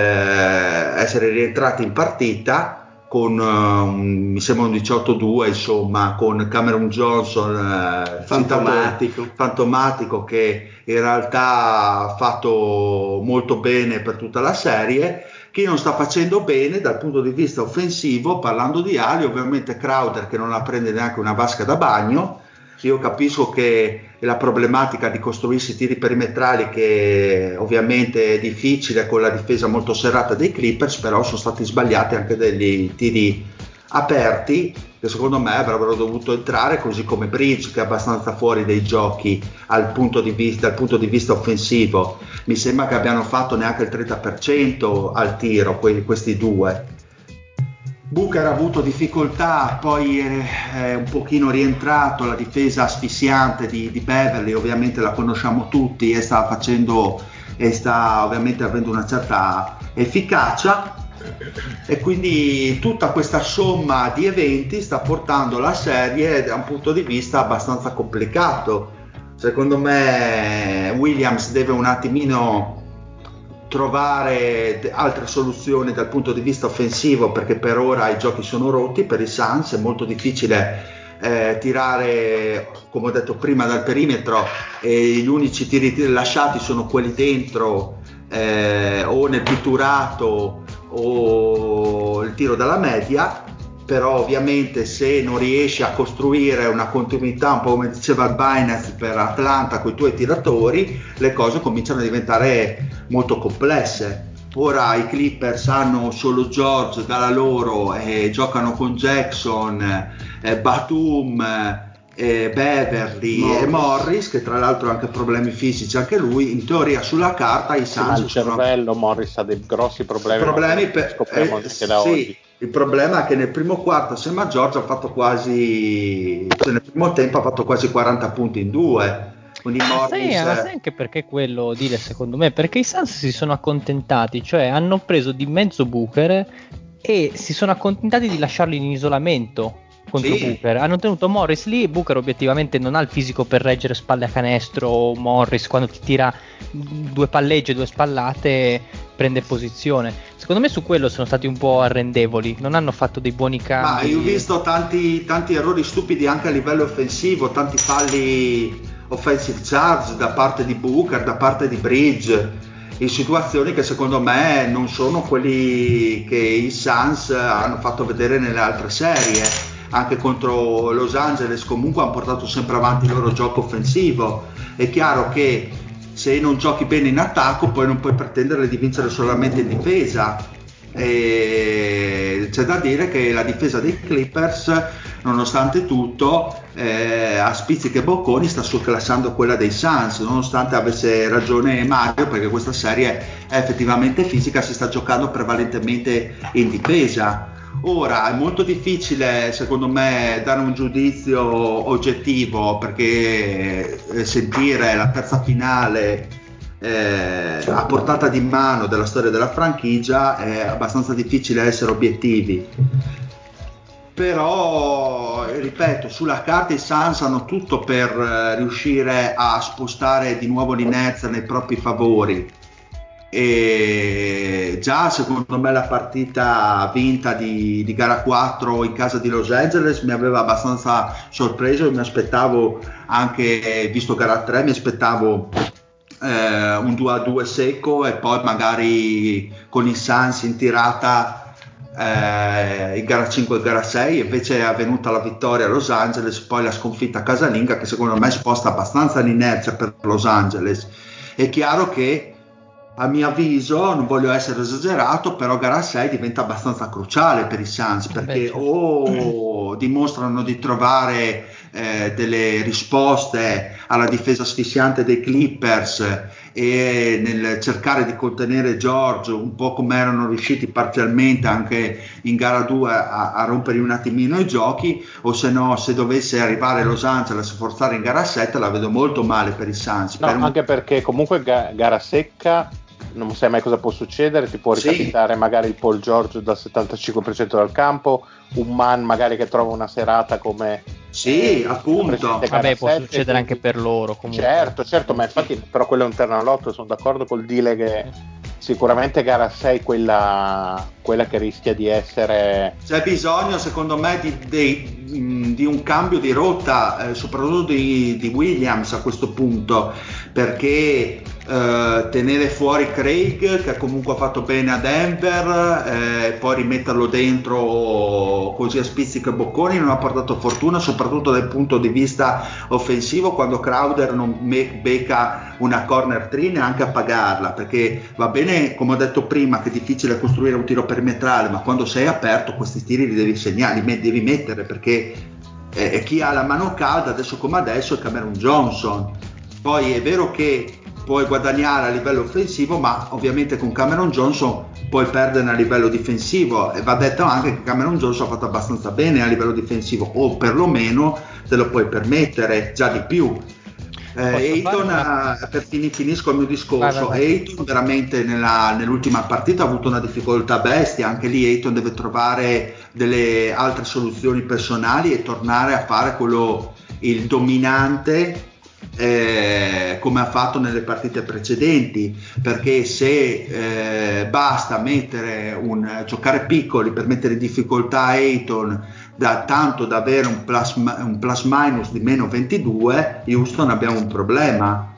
essere rientrati in partita con mi sembra un 18-2, insomma, con Cameron Johnson fantomatico, che in realtà ha fatto molto bene per tutta la serie. Chi non sta facendo bene dal punto di vista offensivo, parlando di ali, ovviamente Crowder, che non la prende neanche una vasca da bagno. Io capisco che la problematica di costruirsi tiri perimetrali, che ovviamente è difficile con la difesa molto serrata dei Clippers, però sono stati sbagliati anche degli tiri aperti che secondo me avrebbero dovuto entrare, così come Bridge, che è abbastanza fuori dai giochi dal punto di vista offensivo. Mi sembra che abbiano fatto neanche il 30% al tiro questi due. Booker ha avuto difficoltà, poi è un pochino rientrato, la difesa asfissiante di Beverly ovviamente la conosciamo tutti, e sta ovviamente avendo una certa efficacia, e quindi tutta questa somma di eventi sta portando la serie da un punto di vista abbastanza complicato. Secondo me Williams deve un attimino trovare altre soluzioni dal punto di vista offensivo, perché per ora i giochi sono rotti per i Suns, è molto difficile tirare, come ho detto prima, dal perimetro, e gli unici tiri lasciati sono quelli dentro, o nel pitturato o il tiro dalla media. Però ovviamente se non riesci a costruire una continuità, un po' come diceva il Binance per Atlanta, con i tuoi tiratori, le cose cominciano a diventare molto complesse. Ora i Clippers hanno solo George dalla loro, giocano con Jackson, Batum, Beverly e Morris, che tra l'altro ha anche problemi fisici anche lui. In teoria sulla carta i Suns il cervello Morris ha dei grossi problemi scopriamo anche da oggi. Il problema è che nel primo quarto sembra George nel primo tempo ha fatto quasi 40 punti in due. Quindi Morris, sai anche perché quello dire, secondo me, perché i Suns si sono accontentati, cioè hanno preso di mezzo Booker e si sono accontentati di lasciarlo in isolamento contro Booker. Hanno tenuto Morris lì, e Booker obiettivamente non ha il fisico per reggere spalle a canestro. Morris quando ti tira due pallegge, due spallate, prende posizione. Secondo me su quello sono stati un po' arrendevoli, non hanno fatto dei buoni cambi. Ma io ho visto tanti errori stupidi anche a livello offensivo, tanti falli offensive charge da parte di Booker, da parte di Bridge, in situazioni che secondo me non sono quelli che i Suns hanno fatto vedere nelle altre serie. Anche contro Los Angeles comunque hanno portato sempre avanti il loro gioco offensivo. È chiaro che se non giochi bene in attacco poi non puoi pretendere di vincere solamente in difesa, e c'è da dire che la difesa dei Clippers, nonostante tutto, a spizzichi e bocconi sta surclassando quella dei Suns, nonostante avesse ragione Mario, perché questa serie è effettivamente fisica, si sta giocando prevalentemente in difesa. Ora è molto difficile secondo me dare un giudizio oggettivo, perché sentire la terza finale a portata di mano della storia della franchigia è abbastanza difficile essere obiettivi. Però ripeto, sulla carta i Suns hanno tutto per riuscire a spostare di nuovo l'inerzia nei propri favori. e già secondo me la partita vinta di gara 4 in casa di Los Angeles mi aveva abbastanza sorpreso. Mi aspettavo, anche visto gara 3, mi aspettavo un 2-2 secco e poi magari con i Suns in tirata in gara 5 e gara 6. Invece è avvenuta la vittoria a Los Angeles, poi la sconfitta casalinga che secondo me sposta abbastanza l'inerzia per Los Angeles. È chiaro che, a mio avviso, non voglio essere esagerato, però gara 6 diventa abbastanza cruciale per i Suns, perché o dimostrano di trovare delle risposte alla difesa asfissiante dei Clippers e nel cercare di contenere George, un po' come erano riusciti parzialmente anche in gara 2 a rompere un attimino i giochi, o se no, se dovesse arrivare Los Angeles a forzare in gara 7, la vedo molto male per i Suns. No, anche perché comunque gara secca non sai mai cosa può succedere, ti può ricapitare magari il Paul George dal 75% dal campo, un man magari che trova una serata come appunto. Vabbè, può succedere anche per loro comunque. Certo, ma infatti però quello è un terno all'otto, sono d'accordo col Dile che sicuramente gara 6 quella che rischia di essere. C'è bisogno secondo me di un cambio di rotta, soprattutto di Williams a questo punto, perché tenere fuori Craig, che comunque ha fatto bene a Denver, e poi rimetterlo dentro così a spizzico e bocconi non ha portato fortuna, soprattutto dal punto di vista offensivo, quando Crowder non becca una corner 3 neanche a pagarla, perché va bene, come ho detto prima, che è difficile costruire un tiro perimetrale, ma quando sei aperto questi tiri li devi segnare, li devi mettere, perché chi ha la mano calda adesso come adesso è Cameron Johnson. Poi è vero che puoi guadagnare a livello offensivo, ma ovviamente con Cameron Johnson puoi perdere a livello difensivo, e va detto anche che Cameron Johnson ha fatto abbastanza bene a livello difensivo, o perlomeno te lo puoi permettere, già di più. Ayton, finisco il mio discorso. Vai. Ayton veramente nell'ultima partita ha avuto una difficoltà bestia, anche lì Ayton deve trovare delle altre soluzioni personali e tornare a fare il dominante come ha fatto nelle partite precedenti, perché se basta giocare piccoli per mettere in difficoltà Ayton, tanto da avere un plus minus di meno 22, Houston abbiamo un problema.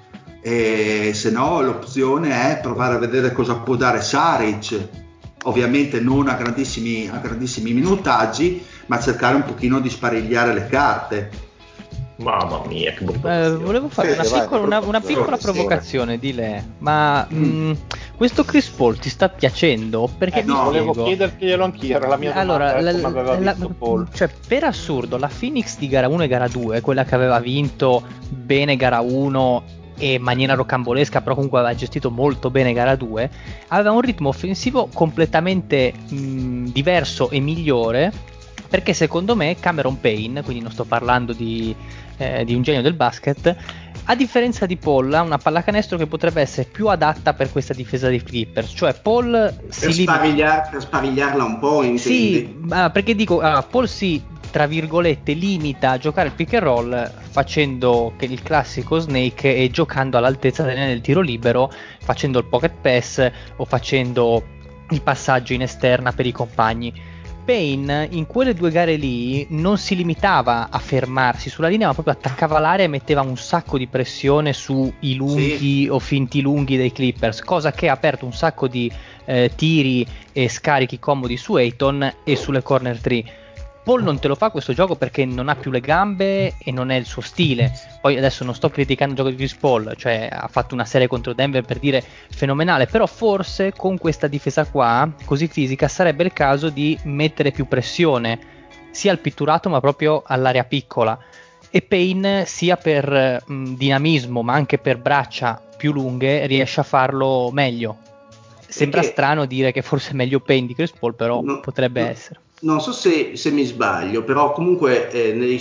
Se no l'opzione è provare a vedere cosa può dare Saric, ovviamente non a grandissimi minutaggi, ma cercare un pochino di sparigliare le carte. Mamma mia, che volevo fare una piccola provocazione, Dile, ma questo Chris Paul ti sta piacendo? Perché volevo chiederglielo anch'io, era la mia domanda, come aveva visto Paul. Cioè, per assurdo, la Phoenix di gara 1 e gara 2, quella che aveva vinto bene gara 1 e in maniera rocambolesca, però comunque aveva gestito molto bene gara 2, aveva un ritmo offensivo completamente diverso e migliore, perché secondo me Cameron Payne, quindi non sto parlando di un genio del basket, a differenza di Paul, ha una pallacanestro che potrebbe essere più adatta per questa difesa dei Clippers. Cioè Paul per sparigliarla un po', intendi? Sì, perché dico, Paul tra virgolette limita a giocare il pick and roll facendo il classico snake e giocando all'altezza della linea del tiro libero, facendo il pocket pass o facendo il passaggio in esterna per i compagni. Payne in quelle due gare lì non si limitava a fermarsi sulla linea, ma proprio attaccava l'area e metteva un sacco di pressione sui lunghi o finti lunghi dei Clippers, cosa che ha aperto un sacco di tiri e scarichi comodi su Ayton e sulle corner 3. Paul non te lo fa questo gioco perché non ha più le gambe e non è il suo stile. Poi adesso non sto criticando il gioco di Chris Paul, cioè ha fatto una serie contro Denver, per dire, fenomenale, però forse con questa difesa qua così fisica sarebbe il caso di mettere più pressione sia al pitturato ma proprio all'area piccola, e Payne sia per dinamismo ma anche per braccia più lunghe riesce a farlo meglio. Sembra strano dire che forse è meglio Payne di Chris Paul, però potrebbe essere. Non so se mi sbaglio, però comunque nei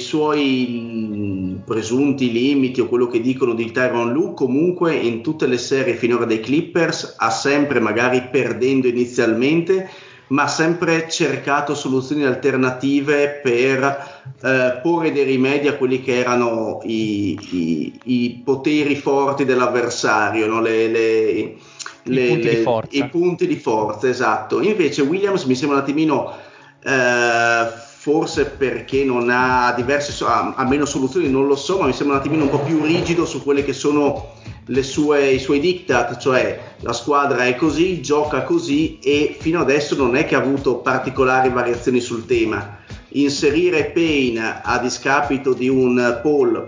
suoi presunti limiti o quello che dicono di Tyronn Lue, comunque in tutte le serie finora dei Clippers ha sempre, magari perdendo inizialmente, ma sempre cercato soluzioni alternative per porre dei rimedi a quelli che erano i poteri forti dell'avversario, no? i punti di forza, esatto. Invece Williams mi sembra un attimino, forse perché non ha ha meno soluzioni, non lo so, ma mi sembra un attimino un po' più rigido su quelle che sono i suoi diktat, cioè la squadra è così, gioca così, e fino adesso non è che ha avuto particolari variazioni sul tema. Inserire Payne a discapito di un Paul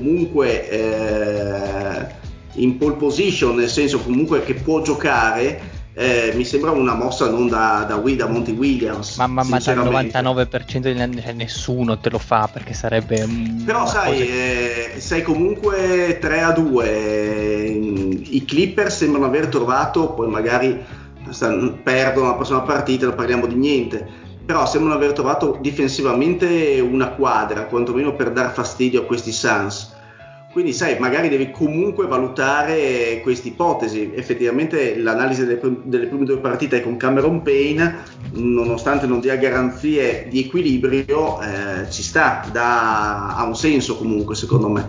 comunque in pole position, nel senso comunque che può giocare, mi sembra una mossa non da Monty Williams, ma dal 99% nessuno te lo fa, perché sarebbe però sei comunque 3-2. I Clippers sembrano aver trovato, poi magari perdono la prossima partita, non parliamo di niente, però sembrano aver trovato difensivamente una quadra, quantomeno per dar fastidio a questi Suns. Quindi magari devi comunque valutare questa ipotesi. Effettivamente l'analisi delle prime 2 partite con Cameron Payne, nonostante non dia garanzie di equilibrio, ci sta, ha un senso comunque, secondo me.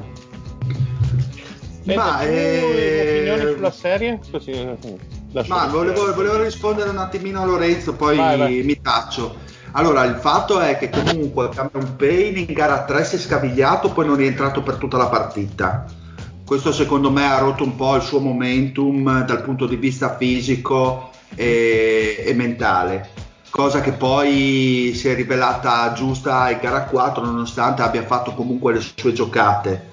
Opinioni sulla serie? Volevo rispondere un attimino a Lorenzo, poi vai. Mi taccio. Allora, il fatto è che comunque Cameron Payne in gara 3 si è scavigliato, poi non è entrato per tutta la partita. Questo secondo me ha rotto un po' il suo momentum dal punto di vista fisico e mentale, cosa che poi si è rivelata giusta in gara 4, nonostante abbia fatto comunque le sue giocate.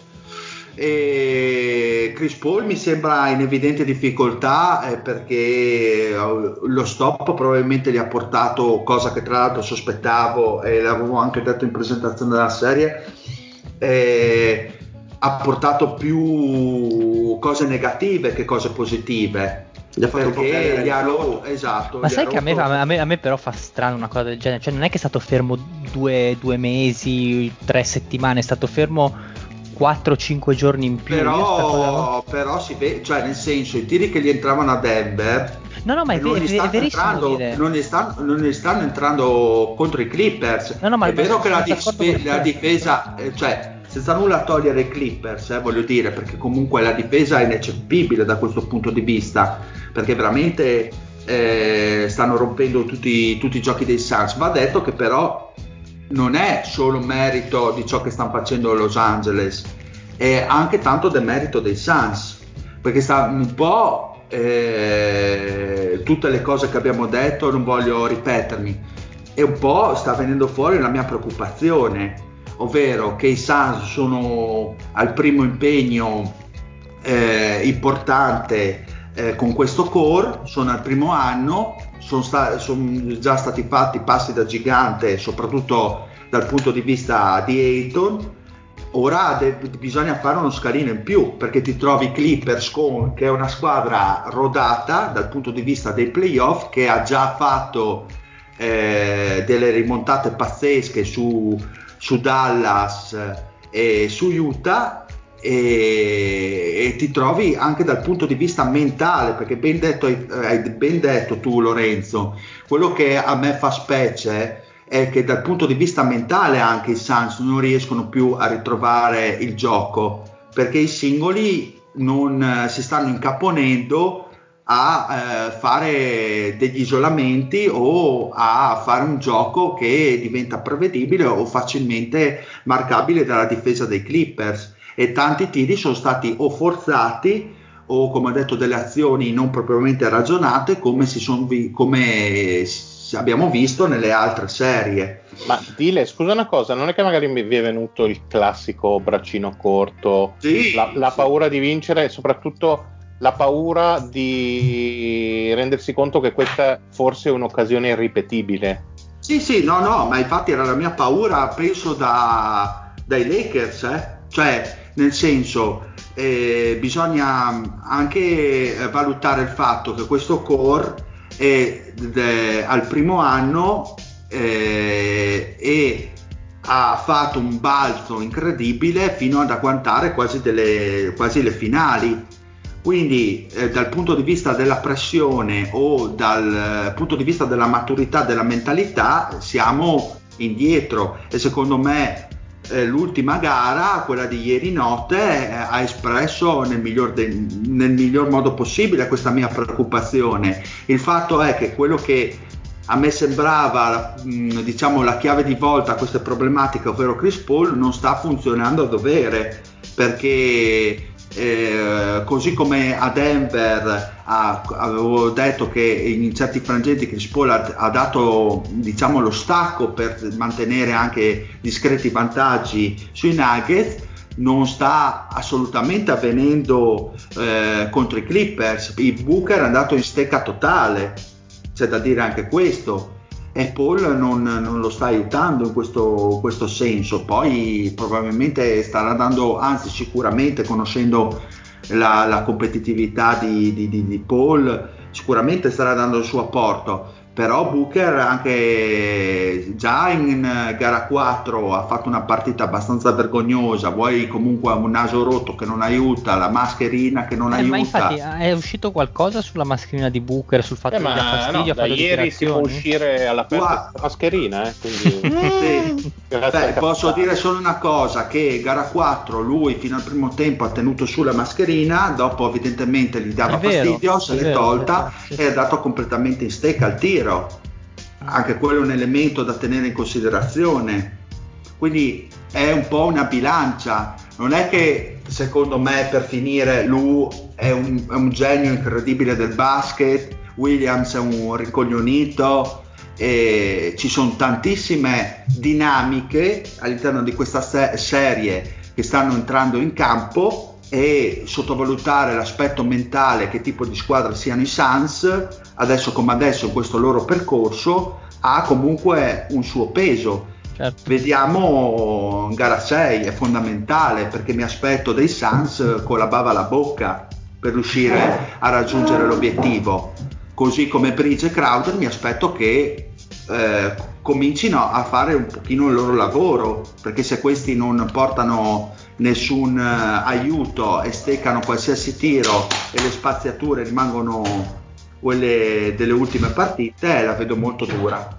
E Chris Paul mi sembra in evidente difficoltà, perché lo stop probabilmente gli ha portato, cosa che tra l'altro sospettavo e l'avevo anche detto in presentazione della serie, ha portato più cose negative che cose positive. Esatto. Ma sai che a me però fa strano una cosa del genere, cioè non è che è stato fermo 2 mesi, 3 settimane, è stato fermo 4-5 giorni in più. Però si vede, cioè nel senso, i tiri che gli entravano a Denver ma è verissimo dire. non gli stanno entrando contro i Clippers. Ma è vero che la difesa, cioè senza nulla togliere i Clippers, voglio dire, perché comunque la difesa è ineccepibile da questo punto di vista, perché veramente stanno rompendo tutti i giochi dei Suns. Va detto che però non è solo merito di ciò che stanno facendo Los Angeles, è anche tanto del merito dei Suns, perché sta un po' tutte le cose che abbiamo detto, non voglio ripetermi, e un po' sta venendo fuori la mia preoccupazione, ovvero che i Suns sono al primo impegno importante con questo core, sono al primo anno, sono già stati fatti passi da gigante, soprattutto dal punto di vista di Ayton. Ora bisogna fare uno scalino in più, perché ti trovi Clippers che è una squadra rodata dal punto di vista dei playoff, che ha già fatto delle rimontate pazzesche su Dallas e su Utah, e ti trovi anche dal punto di vista mentale, perché hai ben detto tu, Lorenzo, quello che a me fa specie è che dal punto di vista mentale anche i Suns non riescono più a ritrovare il gioco, perché i singoli non si stanno incaponendo a fare degli isolamenti o a fare un gioco che diventa prevedibile o facilmente marcabile dalla difesa dei Clippers, e tanti tiri sono stati o forzati o, come ho detto, delle azioni non propriamente ragionate, come abbiamo visto nelle altre serie. Ma Dile, scusa una cosa, non è che magari mi è venuto il classico braccino corto, la paura di vincere, e soprattutto la paura di rendersi conto che questa forse è un'occasione irripetibile? Sì, no, ma infatti era la mia paura, penso dai Lakers, cioè nel senso, bisogna anche valutare il fatto che questo core al primo anno e ha fatto un balzo incredibile fino ad agguantare quasi le finali. Quindi dal punto di vista della pressione o dal punto di vista della maturità della mentalità siamo indietro, e secondo me l'ultima gara, quella di ieri notte, ha espresso nel miglior modo possibile questa mia preoccupazione. Il fatto è che quello che a me sembrava la chiave di volta a queste problematiche, ovvero Chris Paul, non sta funzionando a dovere, perché così come a Denver avevo detto che in certi frangenti Chris Paul ha dato lo stacco per mantenere anche discreti vantaggi sui Nuggets, non sta assolutamente avvenendo contro i Clippers. Il Booker è andato in stecca totale, c'è da dire anche questo, e Paul non lo sta aiutando in questo senso. Poi probabilmente starà dando, anzi sicuramente, conoscendo la competitività di Paul, sicuramente starà dando il suo apporto. Però Booker anche già in gara 4 ha fatto una partita abbastanza vergognosa, vuoi comunque un naso rotto che non aiuta, la mascherina che non aiuta. Ma infatti è uscito qualcosa sulla mascherina di Booker, sul fatto che dà fastidio? No, da ieri si può uscire all'aperto la mascherina, quindi... Beh, posso dire solo una cosa, che gara 4 lui fino al primo tempo ha tenuto su la mascherina, dopo evidentemente gli dava fastidio, se l'è tolta e è andato completamente in stecca al tiro. Anche quello è un elemento da tenere in considerazione, quindi è un po' una bilancia. Non è che, secondo me, per finire, Lou è un genio incredibile del basket, Williams è un ricoglionito, e ci sono tantissime dinamiche all'interno di questa serie che stanno entrando in campo, e sottovalutare l'aspetto mentale, che tipo di squadra siano i Suns adesso come adesso in questo loro percorso, ha comunque un suo peso. Certo. Vediamo in gara 6, è fondamentale, perché mi aspetto dei Suns con la bava alla bocca per riuscire a raggiungere l'obiettivo, così come Bridge e Crowder mi aspetto che comincino a fare un pochino il loro lavoro, perché se questi non portano nessun aiuto e steccano qualsiasi tiro e le spaziature rimangono quelle delle ultime partite, la vedo molto dura.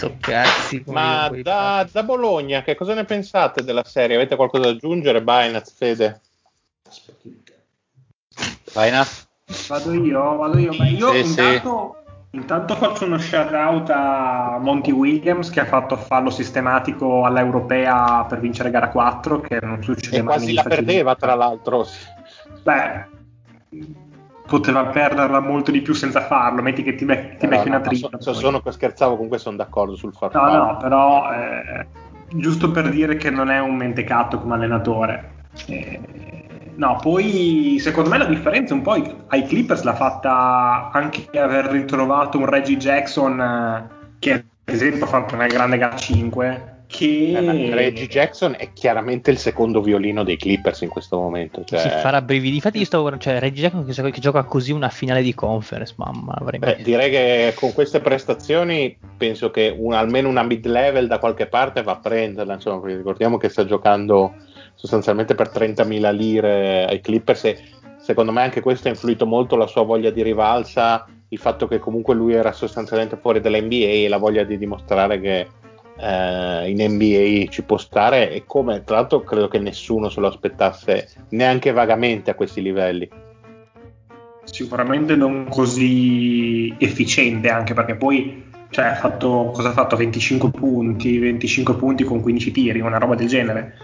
Ma da Bologna che cosa ne pensate della serie? Avete qualcosa da aggiungere? Binaz, Fede? Binaz? Vado io. Beh, io intanto faccio uno shout out a Monty Williams, che ha fatto fallo sistematico all'Europea per vincere gara 4, che non succede mai. E quasi la perdeva, tra l'altro. Beh, poteva perderla molto di più senza farlo, metti che ti becchi una tripla. Sono che scherzavo, comunque sono d'accordo sul far fallo. No, però giusto per dire che non è un mentecatto come allenatore. No, poi secondo me la differenza un po' ai Clippers l'ha fatta anche aver ritrovato un Reggie Jackson che ad esempio ha fatto una grande gara 5. Reggie Jackson è chiaramente il secondo violino dei Clippers in questo momento. Si farà brividi. Infatti io stavo Reggie Jackson che gioca così una finale di conference, mamma. Direi che con queste prestazioni penso che almeno una mid-level da qualche parte va a prenderla. Insomma, ricordiamo che sta giocando sostanzialmente per 30.000 lire ai Clippers, e secondo me anche questo ha influito molto la sua voglia di rivalsa, il fatto che comunque lui era sostanzialmente fuori dall'NBA e la voglia di dimostrare che in NBA ci può stare, e come tra l'altro credo che nessuno se lo aspettasse neanche vagamente a questi livelli. Sicuramente non così efficiente, anche perché poi ha fatto 25 punti con 15 tiri, una roba del genere.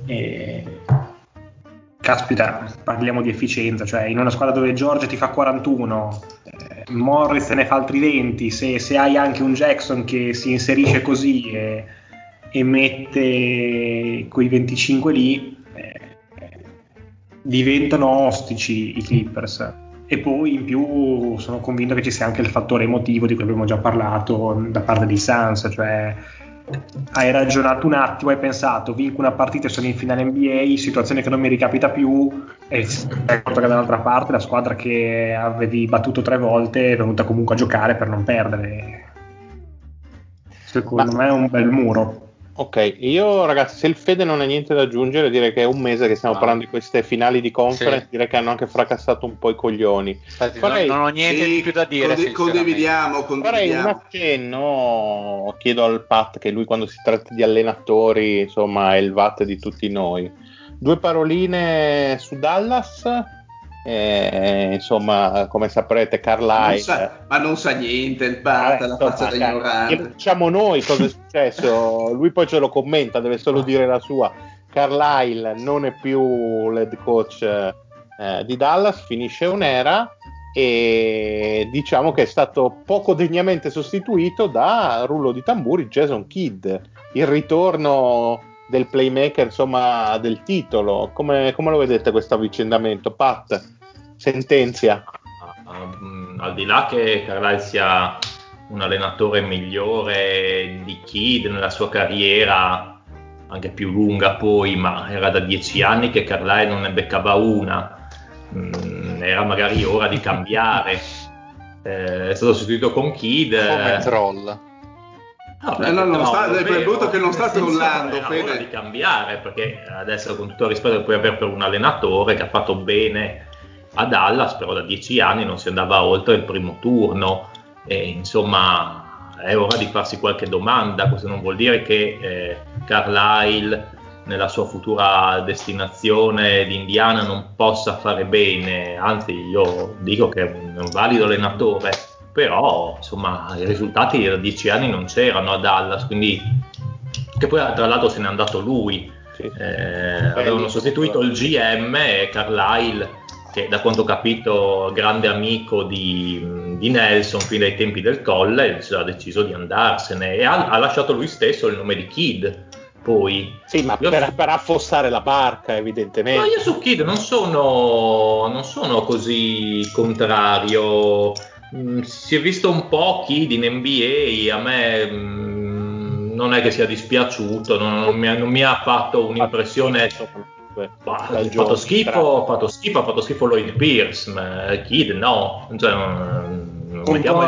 Caspita, parliamo di efficienza, in una squadra dove George ti fa 41, Morris te ne fa altri 20, se hai anche un Jackson che si inserisce così e mette quei 25 lì, diventano ostici i Clippers. E poi in più sono convinto che ci sia anche il fattore emotivo di cui abbiamo già parlato da parte dei Suns, hai ragionato un attimo, hai pensato vinco una partita e sono in finale NBA, situazione che non mi ricapita più, e hai fatto che dall'altra parte la squadra che avevi battuto 3 volte è venuta comunque a giocare per non perdere. Secondo me è un bel muro. Ok, io ragazzi, se il Fede non ha niente da aggiungere, direi che è un mese che stiamo parlando di queste finali di conference, sì. Direi che hanno anche fracassato un po' i coglioni. Infatti, non ho niente di più da dire. Condividiamo. Farei un accenno, chiedo al Pat, che lui quando si tratta di allenatori, insomma, è il VAT di tutti noi. 2 paroline su Dallas. Insomma, come saprete, Carlisle ma non sa niente il Pat, la faccia da ignorante. Lo diciamo noi cosa è successo, lui poi ce lo commenta, deve solo dire la sua. Carlisle non è più l'head coach di Dallas, finisce un'era e diciamo che è stato poco degnamente sostituito da rullo di tamburi Jason Kidd, il ritorno del playmaker, insomma, del titolo. Come lo vedete questo avvicendamento, Pat? Sentenzia. Al di là che Carlisle sia un allenatore migliore di Kidd nella sua carriera, anche più lunga poi, ma era da 10 anni che Carlisle non ne beccava una, era magari ora di cambiare. È stato sostituito con Kidd come troll. Che non sta trollando, è ora di cambiare, perché adesso, con tutto il rispetto che puoi avere per un allenatore che ha fatto bene a Dallas, però da 10 anni non si andava oltre il primo turno, e insomma è ora di farsi qualche domanda. Questo non vuol dire che Carlisle nella sua futura destinazione di Indiana non possa fare bene, anzi io dico che è un valido allenatore, però insomma i risultati da 10 anni non c'erano a Dallas, quindi, che poi tra l'altro se n'è andato lui, avevano sostituito il GM e Carlisle, che da quanto ho capito grande amico di Nelson fin dai tempi del college, ha deciso di andarsene e ha lasciato lui stesso il nome di Kidd. Poi sì, ma per affossare la barca, evidentemente. No, io su Kidd non sono così contrario. Si è visto un po' Kidd in NBA, a me non è che sia dispiaciuto, non mi ha fatto un'impressione. Ha fatto schifo Lloyd Pierce, ma Kidd no, cioè, non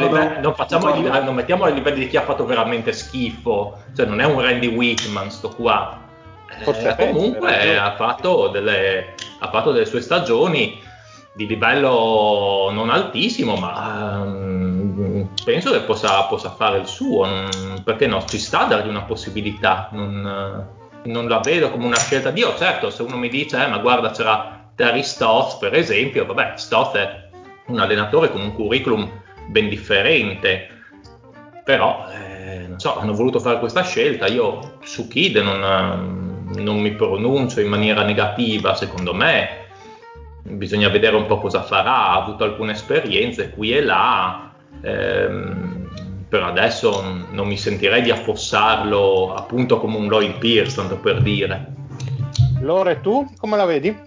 mettiamo ai livelli di chi ha fatto veramente schifo, cioè non è un Randy Whitman sto qua, comunque ha fatto delle sue stagioni di livello non altissimo, ma penso che possa fare il suo, perché no, ci sta a dargli una possibilità, non la vedo come una scelta. Dio, certo, se uno mi dice ma guarda, c'era Terry Stotts per esempio, vabbè, Stotts è un allenatore con un curriculum ben differente, però non so, hanno voluto fare questa scelta. Io su Kidd non mi pronuncio in maniera negativa, secondo me bisogna vedere un po' cosa farà, ha avuto alcune esperienze qui e là, per adesso non mi sentirei di affossarlo appunto come un Lloyd Pierce, tanto per dire. Lore, tu come la vedi?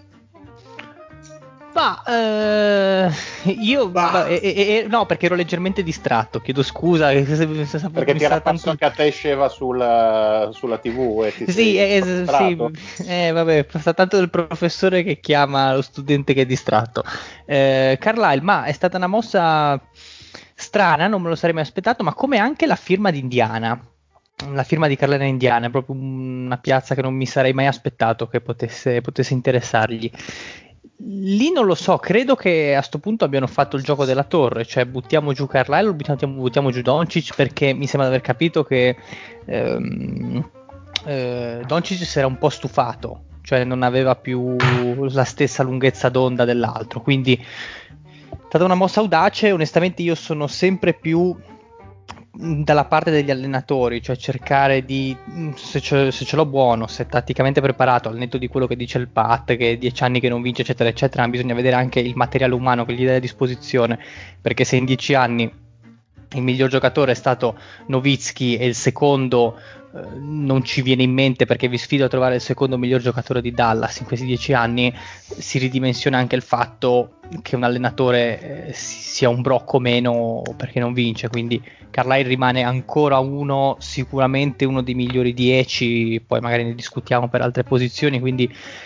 No, perché ero leggermente distratto, chiedo scusa perché ti era passato che a te sceva sulla TV e ti sì, vabbè, sta tanto del professore che chiama lo studente che è distratto. Carlisle, ma è stata una mossa strana, non me lo sarei mai aspettato, ma come anche la firma di Indiana. La firma di Carlisle in Indiana è proprio una piazza che non mi sarei mai aspettato che potesse interessargli. Lì non lo so, credo che a sto punto abbiano fatto il gioco della torre, cioè buttiamo giù Carlisle o buttiamo giù Doncic, perché mi sembra di aver capito che Doncic si era un po' stufato, cioè non aveva più la stessa lunghezza d'onda dell'altro, quindi è stata una mossa audace. Onestamente io sono sempre più dalla parte degli allenatori, cioè cercare di, se ce l'ho buono, se tatticamente preparato, al netto di quello che dice il Pat, che 10 anni che non vince eccetera eccetera, bisogna vedere anche il materiale umano che gli dà a disposizione, perché se in 10 anni il miglior giocatore è stato Nowitzki e il secondo non ci viene in mente, perché vi sfido a trovare il secondo miglior giocatore di Dallas in questi 10 anni, si ridimensiona anche il fatto che un allenatore sia un brocco meno perché non vince, quindi Carlisle rimane ancora sicuramente uno dei migliori 10, poi magari ne discutiamo per altre posizioni, quindi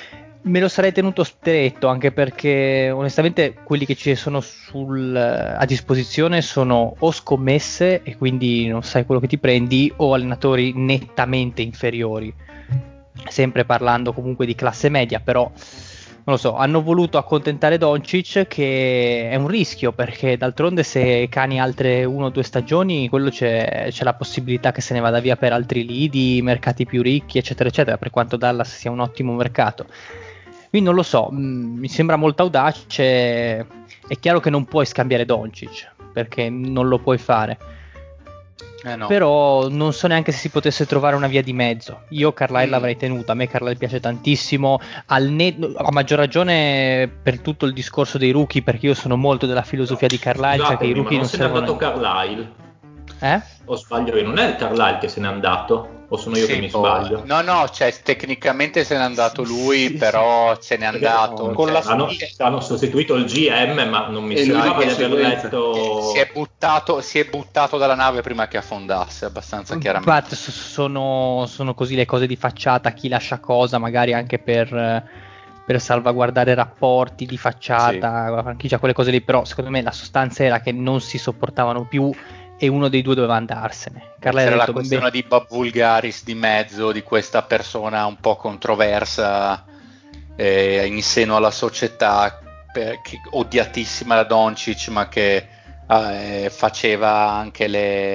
Me lo sarei tenuto stretto, anche perché onestamente quelli che ci sono a disposizione sono o scommesse e quindi non sai quello che ti prendi, o allenatori nettamente inferiori, sempre parlando comunque di classe media. Però non lo so, hanno voluto accontentare Doncic, che è un rischio, perché d'altronde se cani altre 1 o 2 stagioni, quello c'è la possibilità che se ne vada via per altri lidi, mercati più ricchi, eccetera eccetera, per quanto Dallas sia un ottimo mercato. Quindi non lo so, mi sembra molto audace. È chiaro che non puoi scambiare Doncic, perché non lo puoi fare. No. Però non so neanche se si potesse trovare una via di mezzo. Io Carlisle l'avrei tenuta, a me Carlisle piace tantissimo, a maggior ragione per tutto il discorso dei rookie, perché io sono molto della filosofia di Carlisle, cioè che i rookie non se n'è andato Carlisle. O sbaglio io? Non è il Carlisle che se n'è andato? O sono io che mi sbaglio? No, cioè tecnicamente se n'è andato lui, però se n'è andato. Con hanno sostituito il GM, ma non mi sembrava di aver letto. Si è buttato dalla nave prima che affondasse, abbastanza chiaramente. Infatti sono così le cose di facciata, chi lascia cosa, magari anche per salvaguardare rapporti di facciata, chi c'ha quelle cose lì. Però secondo me la sostanza era che non si sopportavano più e uno dei due doveva andarsene. C'era la questione di Bob Vulgaris di mezzo, di questa persona un po' controversa in seno alla società, odiatissima da Doncic, ma che faceva anche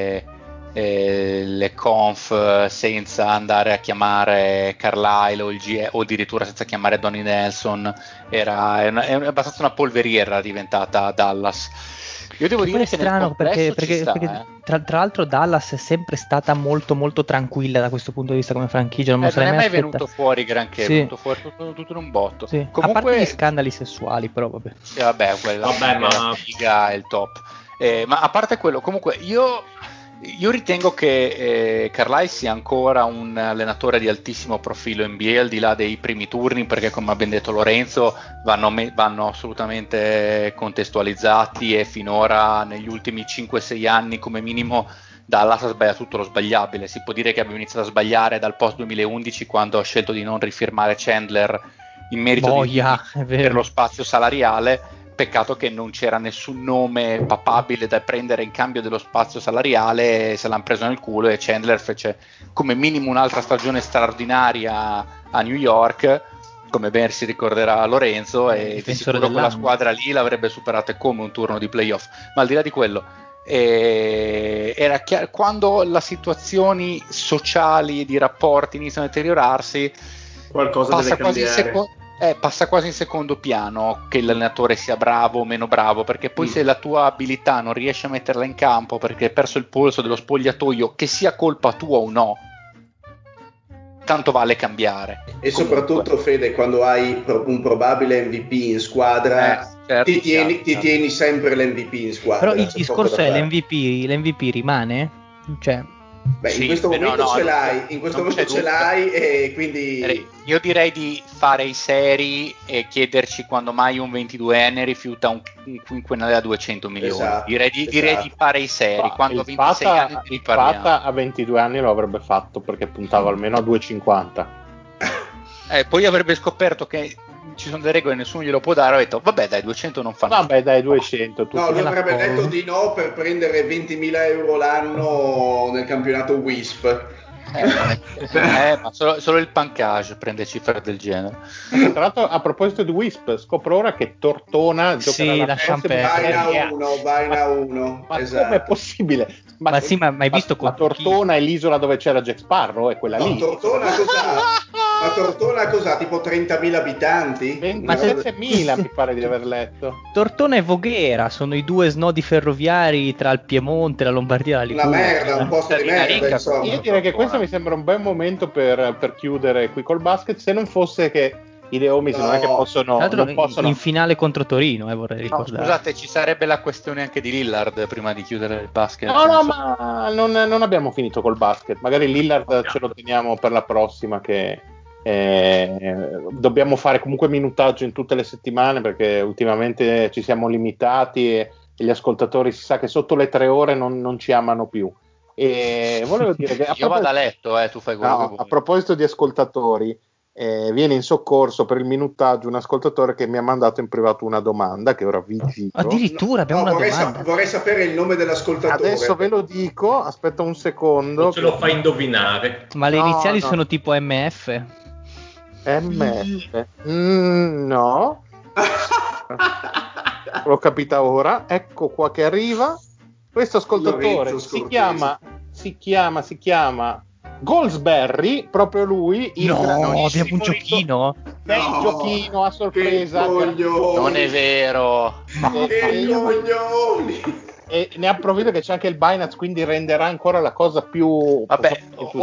le conf senza andare a chiamare Carlisle o addirittura senza chiamare Donnie Nelson. È abbastanza una polveriera diventata a Dallas. Io devo dire che è strano, perché tra l'altro Dallas è sempre stata molto molto tranquilla da questo punto di vista come franchigia. Non è mai venuto fuori granché, è venuto fuori tutto in un botto. Sì. Comunque, a parte gli scandali sessuali, però vabbè. Sì, vabbè, la figa è il top. Ma a parte quello, comunque io ritengo che Carlisle sia ancora un allenatore di altissimo profilo NBA, al di là dei primi turni, perché come ha ben detto Lorenzo vanno assolutamente contestualizzati, e finora negli ultimi 5-6 anni come minimo Dallas ha sbagliato tutto lo sbagliabile. Si può dire che abbiamo iniziato a sbagliare dal post 2011, quando ha scelto di non rifirmare Chandler in merito per lo spazio salariale. Peccato che non c'era nessun nome papabile da prendere in cambio dello spazio salariale, se l'hanno preso nel culo, e Chandler fece come minimo un'altra stagione straordinaria a New York, come ben si ricorderà Lorenzo, e di sicuro quella squadra lì l'avrebbe superata come un turno di playoff. Ma al di là di quello, era chiaro, quando le situazioni sociali di rapporti iniziano a deteriorarsi, qualcosa deve cambiare. Passa quasi in secondo piano che l'allenatore sia bravo o meno bravo, perché poi se la tua abilità non riesci a metterla in campo perché hai perso il polso dello spogliatoio, che sia colpa tua o no, tanto vale cambiare. E soprattutto, Fede, quando hai un probabile MVP in squadra, ti tieni sempre l'MVP in squadra. Però il discorso è l'MVP rimane? Cioè... Beh, in questo momento ce l'hai, e quindi io direi di fare i seri e chiederci quando mai un 22enne rifiuta un quinquennale da 200 milioni. Esatto, direi di fare i seri quando il 26 anni il Fata a 22 anni lo avrebbe fatto, perché puntava almeno a 2,50. Poi avrebbe scoperto che ci sono delle regole, nessuno glielo può dare, ho detto vabbè dai, 200 non fanno. Vabbè dai, 200. No, lui avrebbe detto di no per prendere 20.000 euro l'anno nel campionato WISP. Ma solo il pancage prende cifre del genere. Tra l'altro, a proposito di WISP, scopro ora che Tortona giocherà la Vaina 1. Ma esatto. com'è possibile? Ma hai visto con Tortona è l'isola dove c'era Jack Sparrow? È quella lì. Ma Tortona cos'ha? Tipo 30.000 abitanti? 27.000 mi pare di aver letto. Tortona e Voghera sono i due snodi ferroviari tra il Piemonte, la Lombardia e la Liguria. Una merda, un posto di merda, insomma. Io direi che questo mi sembra un bel momento per chiudere qui col basket, se non fosse che i Leomis non è che possono in finale contro Torino, vorrei ricordare. No, scusate, ci sarebbe la questione anche di Lillard prima di chiudere il basket. No, ma non abbiamo finito col basket. Magari Lillard ce lo teniamo per la prossima, che dobbiamo fare comunque minutaggio in tutte le settimane, perché ultimamente ci siamo limitati e gli ascoltatori si sa che sotto le 3 ore non ci amano più. E volevo dire che io vado a letto, tu fai quello che vuoi. A proposito di ascoltatori, viene in soccorso per il minutaggio un ascoltatore che mi ha mandato in privato una domanda che ora vi giro. Addirittura abbiamo una domanda. Vorrei sapere il nome dell'ascoltatore. Adesso ve lo dico, aspetta un secondo. O ce lo fai indovinare. Ma le iniziali sono tipo MF? MF? No. L'ho capita ora. Ecco qua che arriva. Questo ascoltatore si chiama Goldsberry, proprio lui. Abbiamo un giochino. Un giochino a sorpresa. Non è vero. Che coglioni. E ne approfitto che c'è anche il Binance, quindi renderà ancora la cosa più... Vabbè,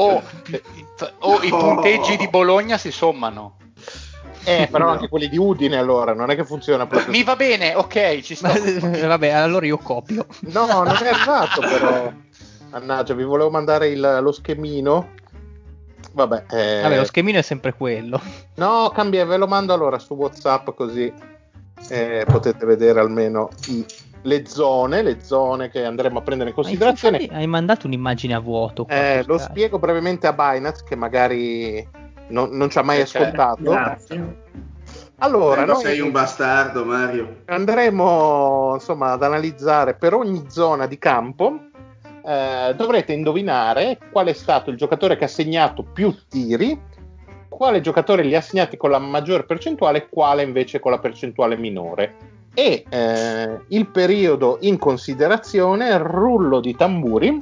i punteggi di Bologna si sommano. Però anche quelli di Udine, allora, non è che funziona proprio. Mi va bene, ok, ci sto. Vabbè, allora io copio. No, non è arrivato però. Mannaggia, vi volevo mandare lo schemino. Vabbè, lo schemino è sempre quello. No, ve lo mando allora su WhatsApp, così potete vedere almeno le zone che andremo a prendere in considerazione. Hai mandato un'immagine a vuoto. Lo spiego brevemente a Binance, che magari non ci ha mai ascoltato. Grazie. Allora, noi sei un bastardo, Mario. Andremo insomma ad analizzare per ogni zona di campo. Dovrete indovinare qual è stato il giocatore che ha segnato più tiri, quale giocatore li ha segnati con la maggiore percentuale e quale invece con la percentuale minore. E il periodo in considerazione, rullo di tamburi,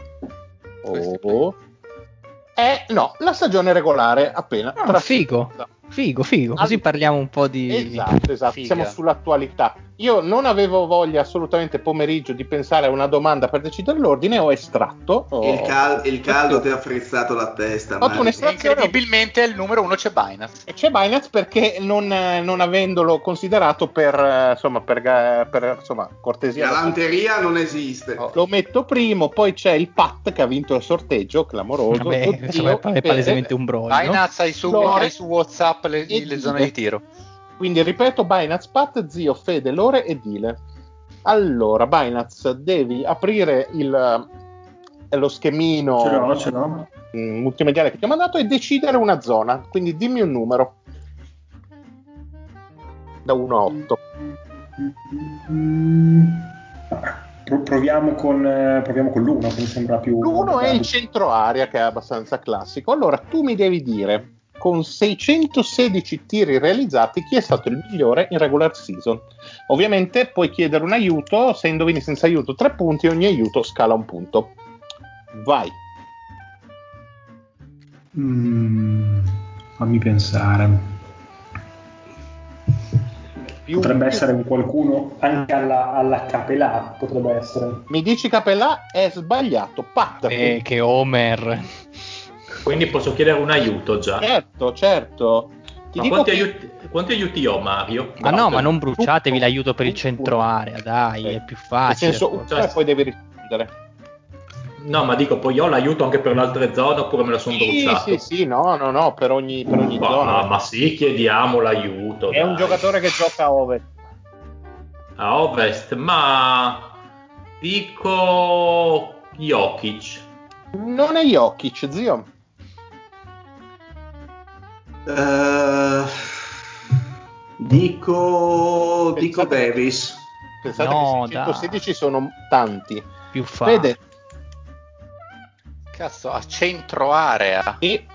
la stagione regolare appena Figo, così parliamo un po' di... Esatto, Figa. siamo sull'attualità. Io non avevo voglia assolutamente pomeriggio di pensare a una domanda per decidere l'ordine, ho estratto. Il caldo ti ha frizzato la testa. Incredibilmente il numero 1 c'è Binance. E c'è Binance perché non avendolo considerato per cortesia. Galanteria non esiste. Lo metto primo, poi c'è il Pat che ha vinto il sorteggio, clamoroso. Vabbè, è palesemente un broglio. Binance hai su WhatsApp le zone di tiro. Quindi ripeto, Binance, Pat, Zio, Fede, Lore e Dile. Allora, Binance, devi aprire lo schemino Ce l'ho. multimediale che ti ho mandato e decidere una zona. Quindi dimmi un numero. Da 1 a 8. Proviamo con l'1, che mi sembra più... L'1 è il centro area, che è abbastanza classico. Allora, tu mi devi dire, con 616 tiri realizzati, chi è stato il migliore in regular season. Ovviamente puoi chiedere un aiuto, se indovini senza aiuto 3 punti, ogni aiuto scala 1 punto. Vai. Fammi pensare. Potrebbe essere qualcuno anche alla Capelà, potrebbe essere. Mi dici Capelà? È sbagliato. Pat. Che Homer. Quindi posso chiedere un aiuto già? Certo. Quanti aiuti ho, Mario? Ma no, ma non bruciatevi l'aiuto per il centro area, dai, è più facile. Nel senso, poi devi rispondere. No, ma dico, poi ho l'aiuto anche per le altre zone oppure me lo sono bruciato? Sì, no, per ogni zona. Ma sì, chiediamo l'aiuto. È un giocatore che gioca a Ovest. A Ovest, ma dico Jokic. Non è Jokic, zio. Dico Davis. Pensate No, che 116 sono tanti. Più facile. Vede? Cazzo, a centro area. Sì.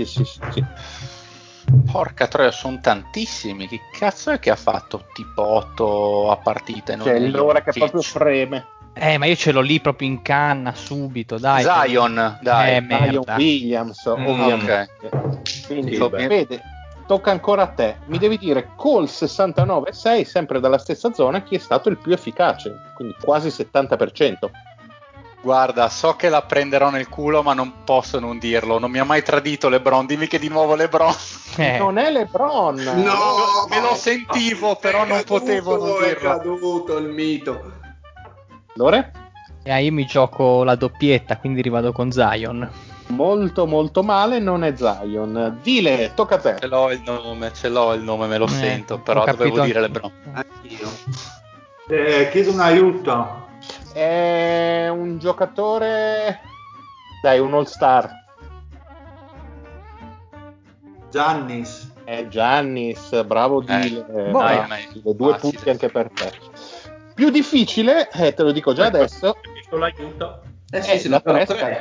Porca troia, sono tantissimi. Che cazzo è che ha fatto tipo 8 a partita? C'è l'ora che proprio freme. Ma io ce l'ho lì proprio in canna subito, dai. Zion, dai. Zion Williams, ovviamente. Ok. Quindi, Sì, vede, tocca ancora a te. Mi devi dire col 69,6, sempre dalla stessa zona, chi è stato il più efficace. Quindi quasi 70%. Guarda, so che la prenderò nel culo, ma non posso non dirlo. Non mi ha mai tradito LeBron. Dimmi che di nuovo LeBron. Non è LeBron. No, me lo sentivo, però non potevo non dirlo. È caduto il mito. Lore? Io mi gioco la doppietta, quindi rivado con Zion. Molto molto male, non è Zion. Dile, tocca a te. Ce l'ho il nome, me lo sento, però dovevo dire LeBron. Anch'io. Chiedo un aiuto. È un giocatore, dai, un all-star. Giannis. Giannis, bravo Dile, le 2 punti anche per te. Più difficile, te lo dico già adesso. Con l'aiuto. Sì, da 3.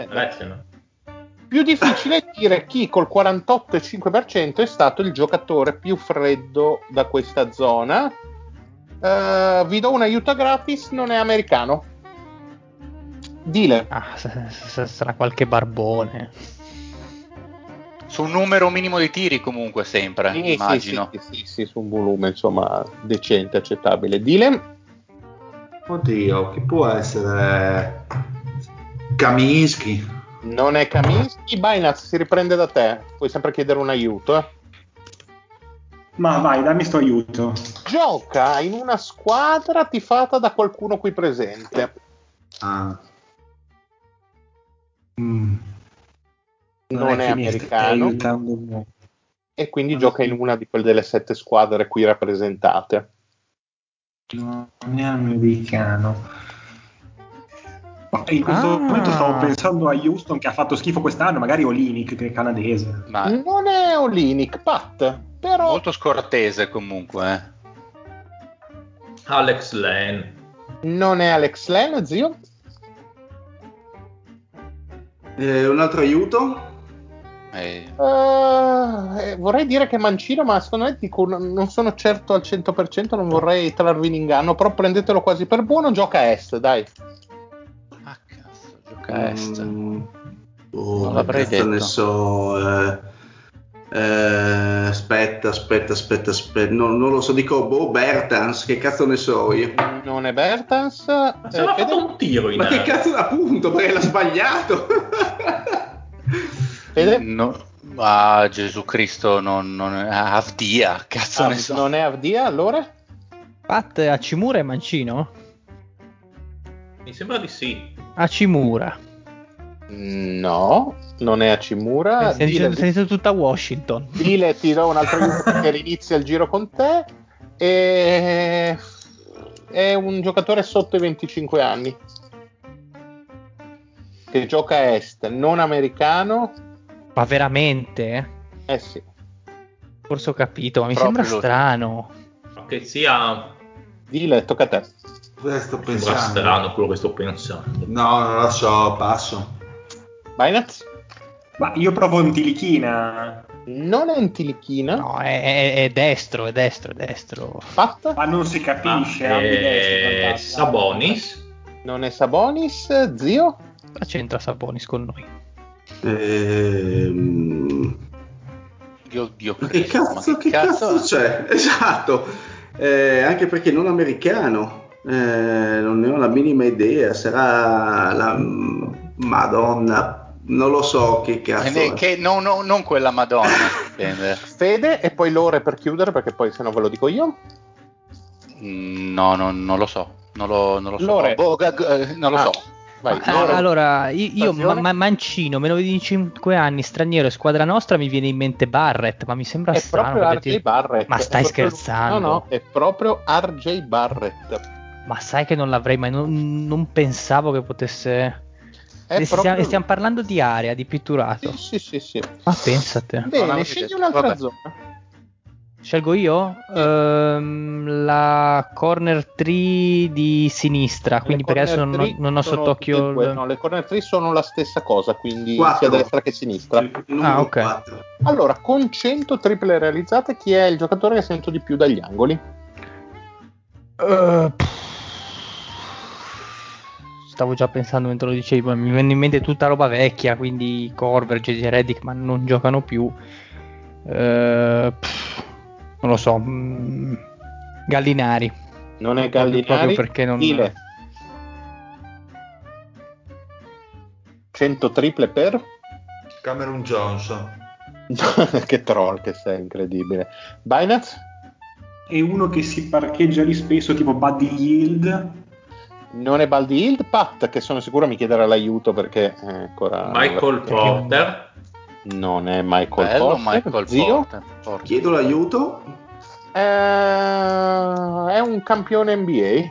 Più difficile dire chi col 48,5% è stato il giocatore più freddo da questa zona. Vi do un aiuto gratis, non è americano. Dile. Sarà qualche barbone. Su un numero minimo di tiri comunque sempre, immagino. Sì, su un volume insomma decente, accettabile. Dile. Oddio, chi può essere? Kaminsky. Non è Kaminsky. Binance si riprende da te, puoi sempre chiedere un aiuto. Ma vai, dammi sto aiuto. Gioca in una squadra tifata da qualcuno qui presente. Non è americano e quindi gioca in una di quelle delle 7 squadre qui rappresentate. Non è americano. In questo momento stavo pensando a Houston che ha fatto schifo quest'anno, magari Olynyk che è canadese. Ma non è Olynyk, Pat, però molto scortese comunque. Alex Len. Non è Alex Len, zio. Un altro aiuto? Vorrei dire che è mancino, ma secondo me non sono certo al 100%, non vorrei trarvi in inganno, però prendetelo quasi per buono. Gioca a est, dai. Cazzo, gioca a est. Non l'avrei detto. Ne so. Aspetta. Non lo so, dico Bertans, che cazzo ne so io. Non è Bertans. Se l'ha fatto un tiro in Ma che cazzo da punto, perché l'ha sbagliato. Fede? No. Gesù Cristo, non è Avdia, cazzo ne so. Non è Avdia, allora? Pat, Hachimura è mancino? Mi sembra di sì. Hachimura. No, non è Hachimura. Sei tutta Washington. Dile, ti do un altro aiuto perché inizia il giro con te. È un giocatore sotto i 25 anni che gioca a est, non americano. Ma veramente? Sì. Forse ho capito, ma mi Proprio sembra strano. Che sia. Dile, tocca a te. Sto pensando. Sembra strano quello che sto pensando. No, non lo so, passo. Binance? Ma io provo Ntilichina. Non è Ntilichina. No, è destro. Pat? Ma non si capisce. Sabonis? Non è Sabonis, zio? Cosa c'entra Sabonis con noi? Dio Che cazzo c'è? Esatto. Anche perché non americano. Non ne ho la minima idea. Sarà la Madonna. Non lo so che cazzo è. Non quella Madonna. Fede e poi l'ore per chiudere, perché poi se no ve lo dico io. No, non lo so. Non lo so. L'ore. Non lo so. Vai, allora, io mancino, meno di 25 anni, straniero e squadra nostra, mi viene in mente Barrett, ma mi sembra è strano. Proprio RJ Barrett. Ma stai scherzando? No, è proprio RJ Barrett. Ma sai che non l'avrei mai, non pensavo che potesse. Stiamo parlando di area, di pitturato. Sì. Ma pensate. Bene, scegli un'altra zona. Scelgo io? La corner 3 di sinistra, quindi perché adesso non ho sott'occhio. No, le corner 3 sono la stessa cosa, quindi 4. sia destra che sinistra. Ok. 4. Allora, con 100 triple realizzate, chi è il giocatore che sento di più dagli angoli? Stavo già pensando mentre lo dicevi, ma mi viene in mente tutta roba vecchia, quindi Korver, JJ Redick, ma non giocano più. Non lo so. Gallinari. Non è Gallinari. Proprio perché non. Dile. 100 triple per Cameron Johnson. Che troll che sei, incredibile. Binance? E uno che si parcheggia lì spesso, tipo Buddy Hield. Non è Buddy Hield. Pat, che sono sicuro mi chiederà l'aiuto perché è ancora. Michael Porter. Non è Michael Porter. Chiedo l'aiuto. È un campione NBA.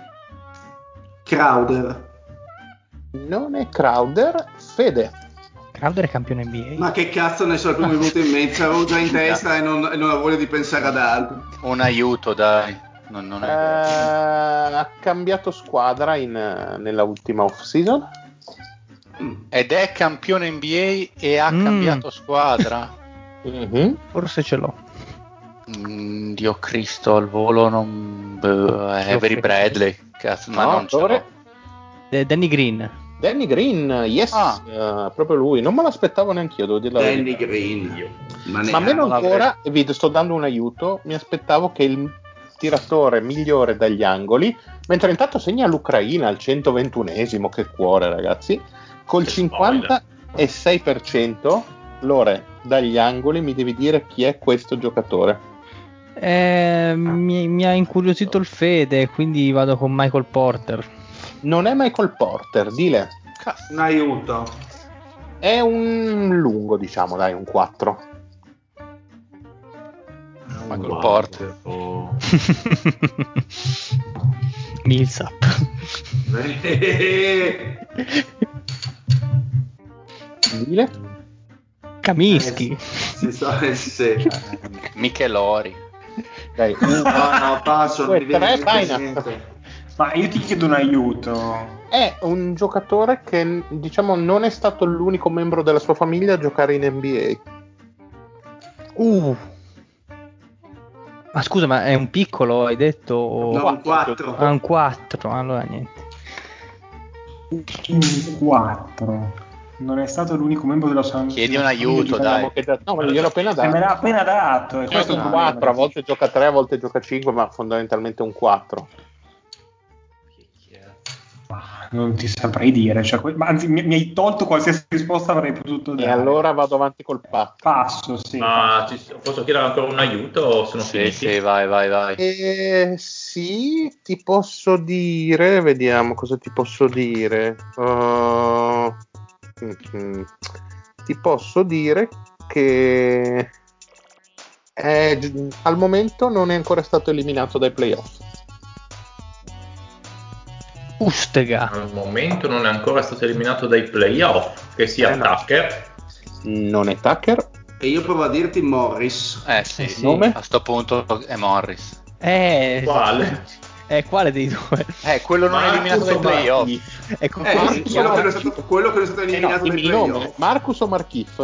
Crowder. Non è Crowder. Fede. Crowder è campione NBA. Ma che cazzo ne so, come mi è venuto in mente, avevo già in testa e non avevo voglia di pensare ad altro. Un aiuto, dai. Non è ha cambiato squadra nella ultima off-season. Ed è campione NBA e ha cambiato squadra. Forse ce l'ho. Dio Cristo, al volo non... Avery Bradley. Cazzo, ma non ce l'ho. Danny Green. Danny Green, yes, proprio lui. Non me l'aspettavo neanch'io, devo dire la Danny verità. Green. Ma meno ancora, e vi sto dando un aiuto, mi aspettavo che il tiratore migliore dagli angoli, mentre intanto segna l'Ucraina al 121esimo, che cuore ragazzi, col 56%, Lore, dagli angoli mi devi dire chi è questo giocatore. Mi ha incuriosito il Fede, quindi vado con Michael Porter. Non è Michael Porter, dile. Un aiuto. È un lungo, diciamo, dai, un 4. Michael Porter. Millsap. Dile. Kaminsky. Sì. Michelori. Dai, no, passo, non mi viene in mente niente. Ma io ti chiedo un aiuto. È un giocatore che, diciamo, non è stato l'unico membro della sua famiglia a giocare in NBA. Ma scusa, ma è un piccolo, hai detto? No, un 4. Ah, un 4, allora niente. Un 4. Non è stato l'unico membro della sua Chiedi un aiuto, dai. No, ma gliel'ho appena dato. Me l'ha appena dato. Questo è un 4, a volte gioca 3, a volte gioca 5, ma fondamentalmente un 4. Non ti saprei dire, ma anzi mi hai tolto qualsiasi risposta avrei potuto dare. E allora vado avanti col passo, sì. Posso chiedere ancora un aiuto o sono finiti? Sì, vai. Sì, ti posso dire, vediamo cosa ti posso dire. Ti posso dire che al momento non è ancora stato eliminato dai playoff. Ustega. Al momento non è ancora stato eliminato dai playoff. Che sia Tucker. Non è Tucker. E io provo a dirti Morris. Sì. Nome? A sto punto è Morris. Quale? Quale dei due? Quello non è eliminato dai playoff. Quello che non è stato eliminato dai playoff. Marcus o Markieff?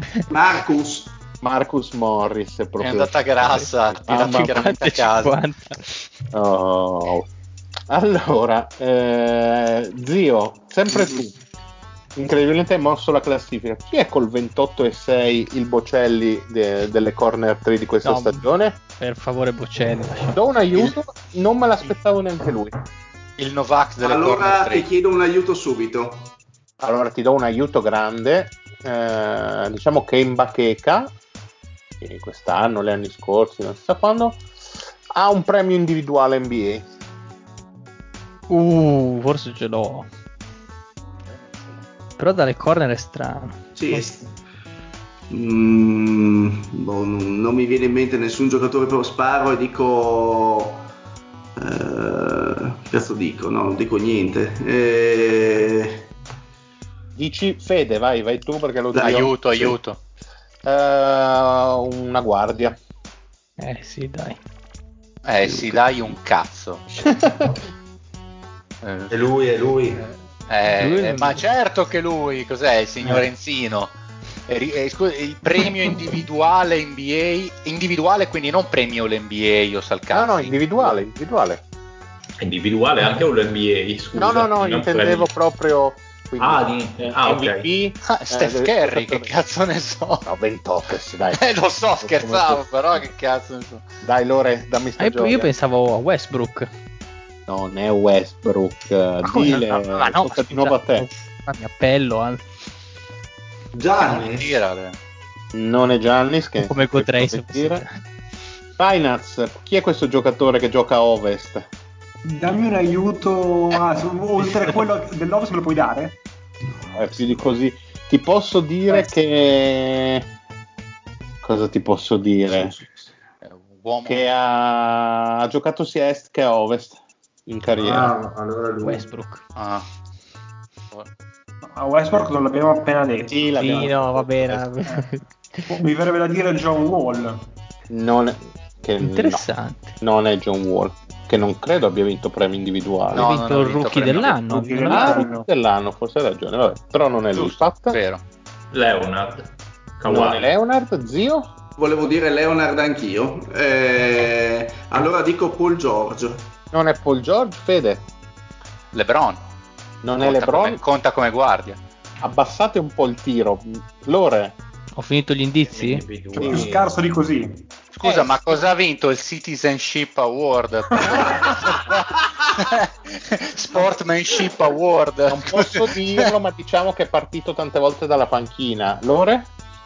Marcus Morris è proprio. È andata grassa, tirato chiaramente a casa. Oh. Allora, zio, sempre tu. Incredibilmente hai mosso la classifica. Chi è col 28-6 il Bocelli delle corner 3 di questa stagione? Per favore, Bocelli. Do un aiuto, non me l'aspettavo neanche lui. Il Novak delle corner 3. Allora ti chiedo un aiuto subito. Allora ti do un aiuto grande. Diciamo che in Bacheca, quest'anno, gli anni scorsi, non si sa quando, ha un premio individuale NBA. Forse ce l'ho. Però dalle corner è strano. Sì. Non mi viene in mente nessun giocatore, però sparo e dico. Che cazzo dico? No, non dico niente. Dici Fede, vai tu perché lo dico. Aiuto. Una guardia. Sì, dai. Sì, dai un cazzo. È lui. Ma certo che lui, cos'è il signor Enzino? Il premio individuale NBA, individuale quindi non premio l'NBA o Salcazzi. No, individuale. Individuale anche o l'NBA, scusa. No, intendevo proprio. MVP. Steph Curry, che cazzo ne so. No, 28, dai. Lo so, scherzavo, però che cazzo ne so. Dai Lore, dammi sta gioia. Io pensavo a Westbrook. Non è Westbrook. Dile, tocca di nuovo a te. Mi appello. Giannis. Non è Giannis, che come potrei dire. Finance, chi è questo giocatore che gioca a Ovest? Dammi un aiuto, oltre a quello dell'Ovest me lo puoi dare? Più di così. Ti posso dire che... Cosa ti posso dire? Che ha giocato sia a Est che a Ovest in carriera. Allora lui. Westbrook. a Westbrook non l'abbiamo appena detto. Sì, no, va bene. Mi verrebbe da dire John Wall. Interessante. Non è John Wall, che non credo abbia vinto premi individuali. Ha vinto il rookie dell'anno. Dell'anno, forse hai ragione, vabbè, però non è lui. Fatta. Vero. Leonard. Non è Leonard, zio? Volevo dire Leonard anch'io. Allora dico Paul George. Non è Paul George, Fede? LeBron. Non è LeBron? Conta come guardia. Abbassate un po' il tiro. Lore? Ho finito gli indizi? Più scarso di così. Scusa, ma cosa ha vinto il Citizenship Award? Sportsmanship Award? Non posso dirlo, ma diciamo che è partito tante volte dalla panchina. Lore?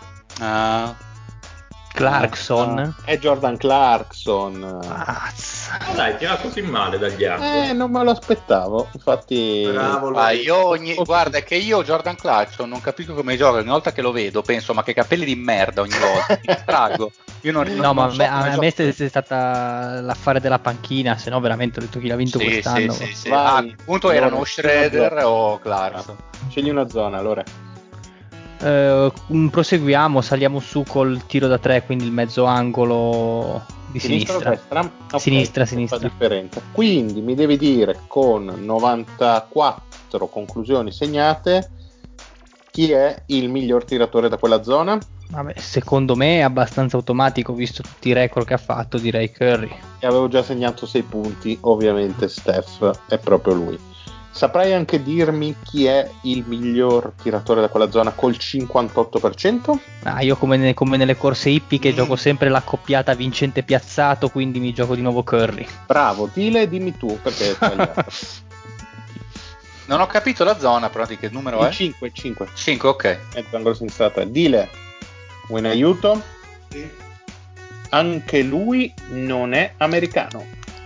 Clarkson? È Jordan Clarkson. Dai, tira così male dagli altri. Non me lo aspettavo. Infatti, bravo. Guarda, è che io Jordan Clarkson non capisco come gioca. Ogni volta che lo vedo penso, ma che capelli di merda ogni volta. Ti trago. Io non ma so a me è stata l'affare della panchina, se no veramente ho detto chi l'ha vinto quest'anno. Sì. Appunto erano Schroeder o Clarkson. Scegli una zona, allora. Proseguiamo, saliamo su col tiro da 3, quindi il mezzo angolo di sinistra. Okay, sinistra. Differenza. Quindi mi devi dire con 94 conclusioni segnate chi è il miglior tiratore da quella zona? Vabbè, secondo me è abbastanza automatico, visto tutti i record che ha fatto, direi Curry. E avevo già segnato 6 punti, ovviamente Steph è proprio lui. Saprai anche dirmi chi è il miglior tiratore da quella zona col 58%? Io come nelle corse ippiche gioco sempre l'accoppiata vincente piazzato, quindi mi gioco di nuovo Curry. Bravo, dimmi tu perché hai sbagliato. Non ho capito la zona, però di che numero è? 5, ok. Angolo sinistra 3. Dile, vuoi un aiuto? Sì. Anche lui non è americano.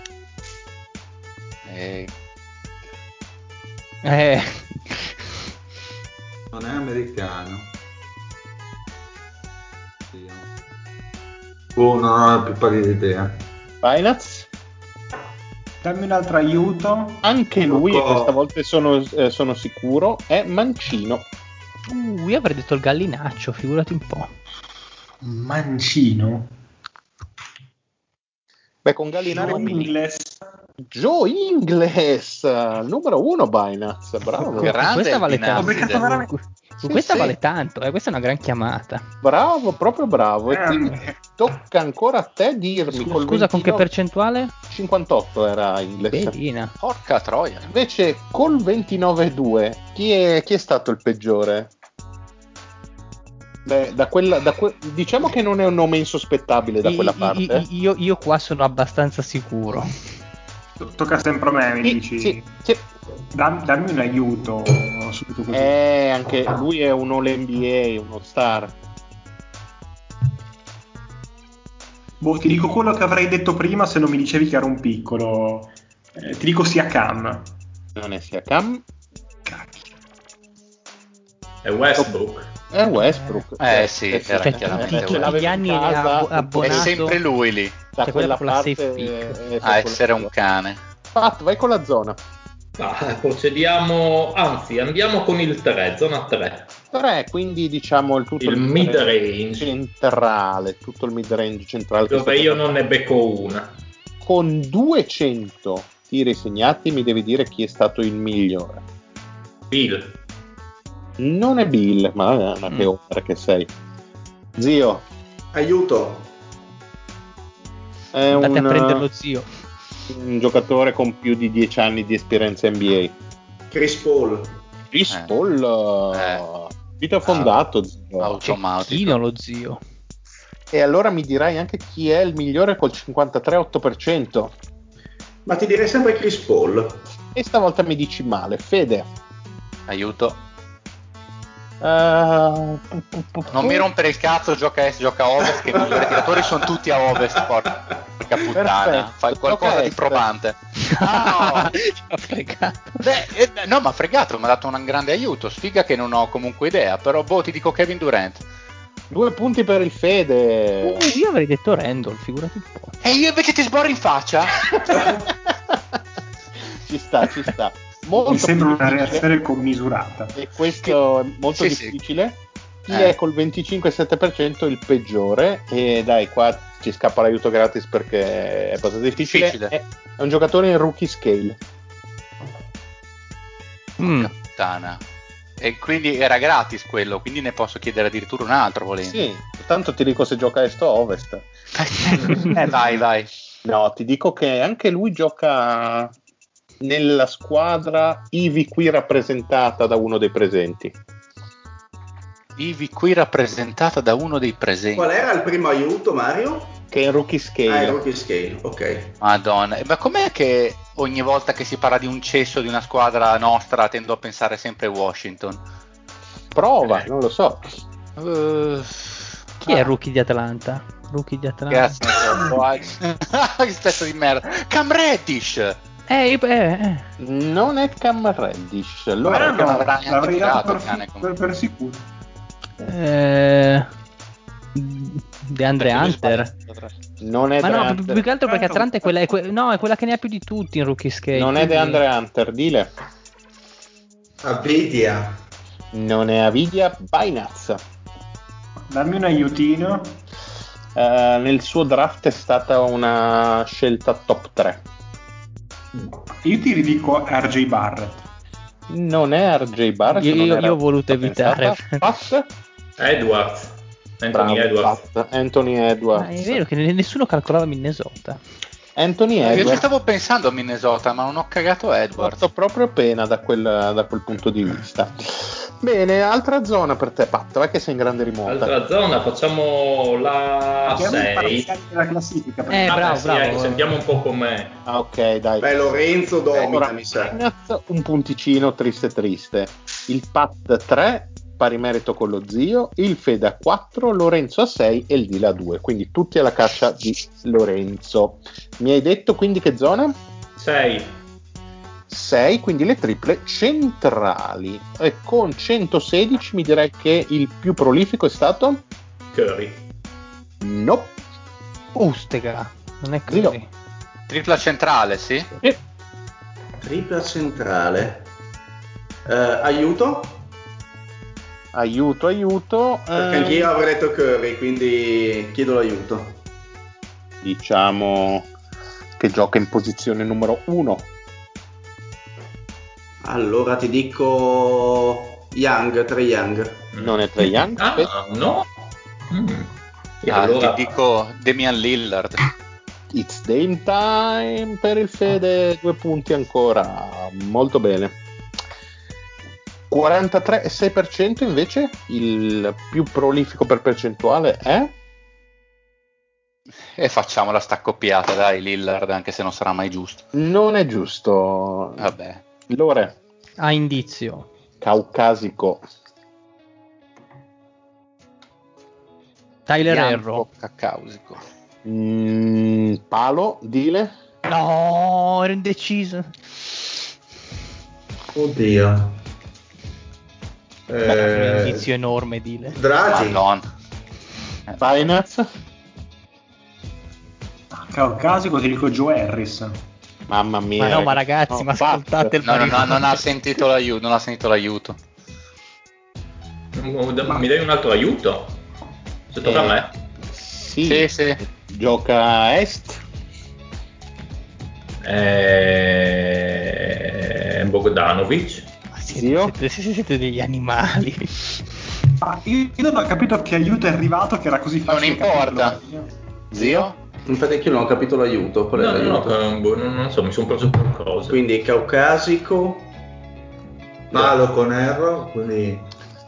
Non è americano. Non ho la più pallida idea. Binance? Dammi un altro aiuto. Anche lui, e questa volta sono sicuro, è mancino. Io avrei detto il gallinaccio, figurati un po'. Mancino? Beh, con Gallinari Joe Ingles, numero 1 Binance, bravo. Questa vale tanto. Questa Sì. vale tanto, questa è una gran chiamata. Bravo, proprio bravo. E quindi tocca ancora a te dirmi Scusa, 29, con che percentuale? 58 era Ingles. Bedina. Porca troia. Invece col 29-2 chi è stato il peggiore? Beh, diciamo che non è un nome insospettabile da quella parte. Io qua sono abbastanza sicuro. Tocca sempre a me, mi dici? Sì. Dammi un aiuto subito così. Anche lui è un All-NBA, uno star. Ti dico quello che avrei detto prima se non mi dicevi che era un piccolo. Ti dico Siakam. Non è Siakam. È Westbrook. È Westbrook. Sì, era chiaramente tutti gli anni abbonato. È sempre lui lì. Da quella parte a essere un cane. Fatto, vai con la zona. Procediamo, anzi andiamo con il 3, zona 3. 3, quindi diciamo tutto il mid range centrale, tutto il mid range centrale. Dove io non ne becco una. Con 200 tiri segnati mi devi dire chi è stato il migliore. Bill. Non è Bill, ma che opera che sei. Zio. Aiuto. Andate a prendere lo zio. Un giocatore con più di 10 anni di esperienza NBA. Chris Paul. Vito fondato, zio. Automatico. Lo zio. E allora mi dirai anche chi è il migliore col 53,8%. Ma ti direi sempre Chris Paul. E stavolta mi dici male. Fede. Aiuto. Non mi rompere il cazzo, gioca est, gioca ovest, che i migliori tiratori sono tutti a ovest, porca puttana. Perfetto. Fai qualcosa di probante. No, no, ma fregato, mi ha dato un grande aiuto. Sfiga che non ho comunque idea, però ti dico Kevin Durant. 2 punti per il Fede. Io avrei detto Randall, figurati un po'. E io invece ti sborro in faccia. Ci sta. Mi sembra una reazione commisurata. E questo è molto difficile. Chi è col 25,7% il peggiore? E dai, qua ci scappa l'aiuto gratis perché è abbastanza difficile. È un giocatore in rookie scale. Puttana. E quindi era gratis quello, quindi ne posso chiedere addirittura un altro volendo. Sì, tanto ti dico se gioca est o ovest. Vai. No, ti dico che anche lui gioca nella squadra ivi qui rappresentata da uno dei presenti. Ivi qui rappresentata da uno dei presenti. Qual era il primo aiuto, Mario? Che è in rookie scale. In rookie scale, ok. Madonna, ma com'è che ogni volta che si parla di un cesso di una squadra nostra tendo a pensare sempre Washington? Prova, non lo so. Chi è il rookie di Atlanta? Grazie, che pezzo di merda. Cam Reddish! Non è Cam Reddish. Allora l'avrei dato per sicuro. DeAndre Hunter. Non è ma no, più che altro perché Atlanta è quella, è quella che ne ha più di tutti in rookie scale. Non è DeAndre Hunter, dile. Avidia. Non è Avidia Bainaz. Dammi un aiutino. Nel suo draft è stata una scelta top 3. Io ti ridico RJ Barrett. Non è RJ Barrett. Io ho voluto evitare. Edwards. Anthony Edwards. È vero che nessuno calcolava Minnesota. Anthony Edwards. Io ci stavo pensando a Minnesota, ma non ho cagato Edwards. Ho fatto proprio pena da quel punto di vista. Bene, altra zona per te, Pat, vai che sei in grande rimonta. Altra zona, facciamo la 6. Della classifica. Bravo. Sentiamo un po' com'è. Ok, dai. Beh, Lorenzo domina, mi sa. Un punticino triste. Il Pat 3, pari merito con lo zio, il Fede a 4, Lorenzo a 6 e il Dila a 2. Quindi tutti alla caccia di Lorenzo. Mi hai detto quindi che zona? 6, quindi le triple centrali. E con 116 mi direi che il più prolifico è stato? Curry. No. Ustega. Non è così. Tripla centrale, sì? Tripla centrale. Aiuto? Aiuto. Perché anch'io avrei detto Curry, quindi chiedo l'aiuto. Diciamo che gioca in posizione numero 1. Allora ti dico Trae Young. Non è Trae Young? No. Allora ti dico Damian Lillard. It's Dame time per il Fede, 2 punti ancora, molto bene. 43,6% invece, il più prolifico per percentuale è? E facciamola sta accoppiata, dai, Lillard, anche se non sarà mai giusto. Non è giusto. Vabbè. Lore. A indizio. Caucasico. Tyler Herro. Caucasico. Palo, Dile. No, ero indeciso. Oddio. Un indizio enorme, Dile. Draghi. Finance. Caucasico ti dico Joe Harris. Mamma mia. Ma ragazzi, ma ascoltate il non ha sentito l'aiuto. Mi dai un altro aiuto? Se tocca a me. Sì. Gioca a est. Bogdanovic. Siete degli animali. Io non ho capito che aiuto è arrivato, che era così facile. Non importa. Zio? Infatti anch'io non ho capito l'aiuto. Qual è l'aiuto? Non so, mi sono preso qualcosa. Quindi caucasico. Palo con Erro, quindi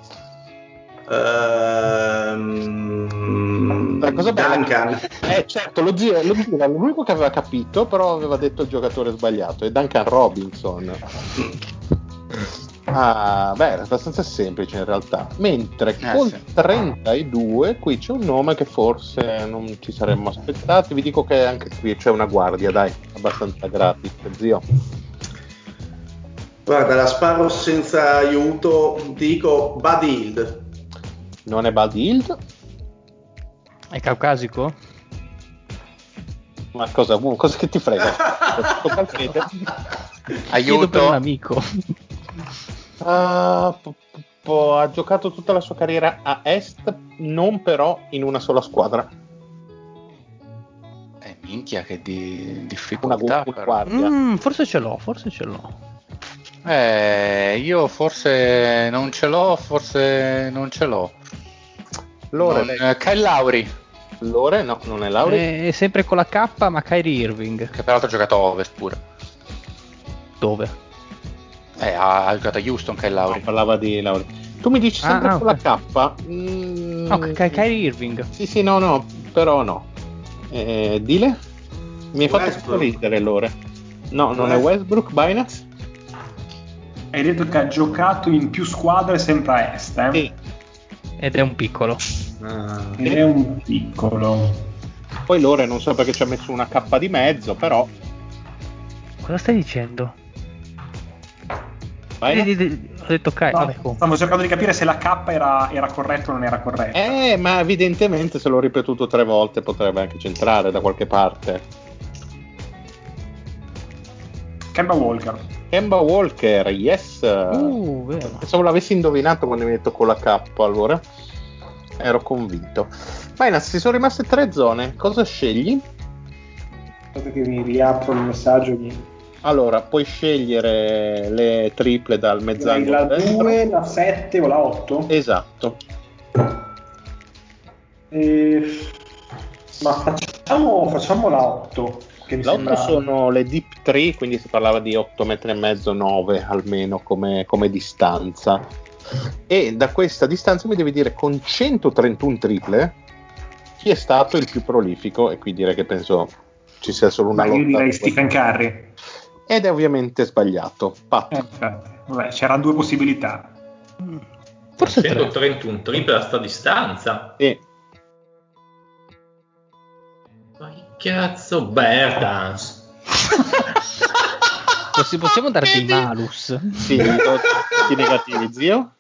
La cosa bella Duncan. Certo, lo zio era l'unico che aveva capito, però aveva detto il giocatore sbagliato, è Duncan Robinson. Era abbastanza semplice in realtà. Mentre con 32 qui c'è un nome che forse non ci saremmo aspettati. Vi dico che anche qui c'è una guardia, dai, abbastanza gratis, zio. Guarda, la sparo senza aiuto, ti dico Buddy Hield. Non è Buddy Hield. È caucasico? Ma cosa che ti frega? Chiedo per un amico. Ha giocato tutta la sua carriera a Est, non però in una sola squadra. Minchia, che difficoltà. Una guardia. Forse ce l'ho. Io forse non ce l'ho. Lore, Kyle Lowry. Lore, no, non è Lowry. È sempre con la K, ma Kyrie Irving. Che peraltro ha giocato a Ovest pure. Dove? Ha giocato a Houston Kyle Lowry. No, parlava di Lowry. Tu mi dici sempre con la K. Kyrie Irving. Sì, no, però no. Dile? Mi hai fatto ridere, Lore. No, non è Westbrook, Binance? Hai detto che ha giocato in più squadre sempre a Est, eh? Sì. Ed è un piccolo. È un piccolo. Poi Lore non so perché ci ha messo una K di mezzo, però. Cosa stai dicendo? Ho detto ok. No, vabbè, stavo cercando di capire se la K era corretta o non era corretta. Ma evidentemente se l'ho ripetuto 3 volte potrebbe anche centrare da qualche parte. Kemba Walker, yes. Vero. Pensavo l'avessi indovinato quando mi hai detto con la K, allora ero convinto. Binance, ci sono rimaste 3 zone, cosa scegli? Aspetta che mi riapro il messaggio Allora, puoi scegliere le triple dal mezz'angolo la 2, la 7 o la 8? Esatto. Ma facciamo la 8. La 8 sono le deep 3, quindi si parlava di 8 metri e mezzo, 9 almeno come distanza. E da questa distanza mi devi dire con 131 triple chi è stato il più prolifico, e qui direi che penso ci sia solo una lotta. Io direi Stephen Curry. Ed è ovviamente sbagliato. Vabbè, c'erano 2 possibilità. Forse 131 triple a sta distanza. Sì. Ma che cazzo, Bertans. Possiamo dare dei malus? Sì, gli do tutti negativi, zio.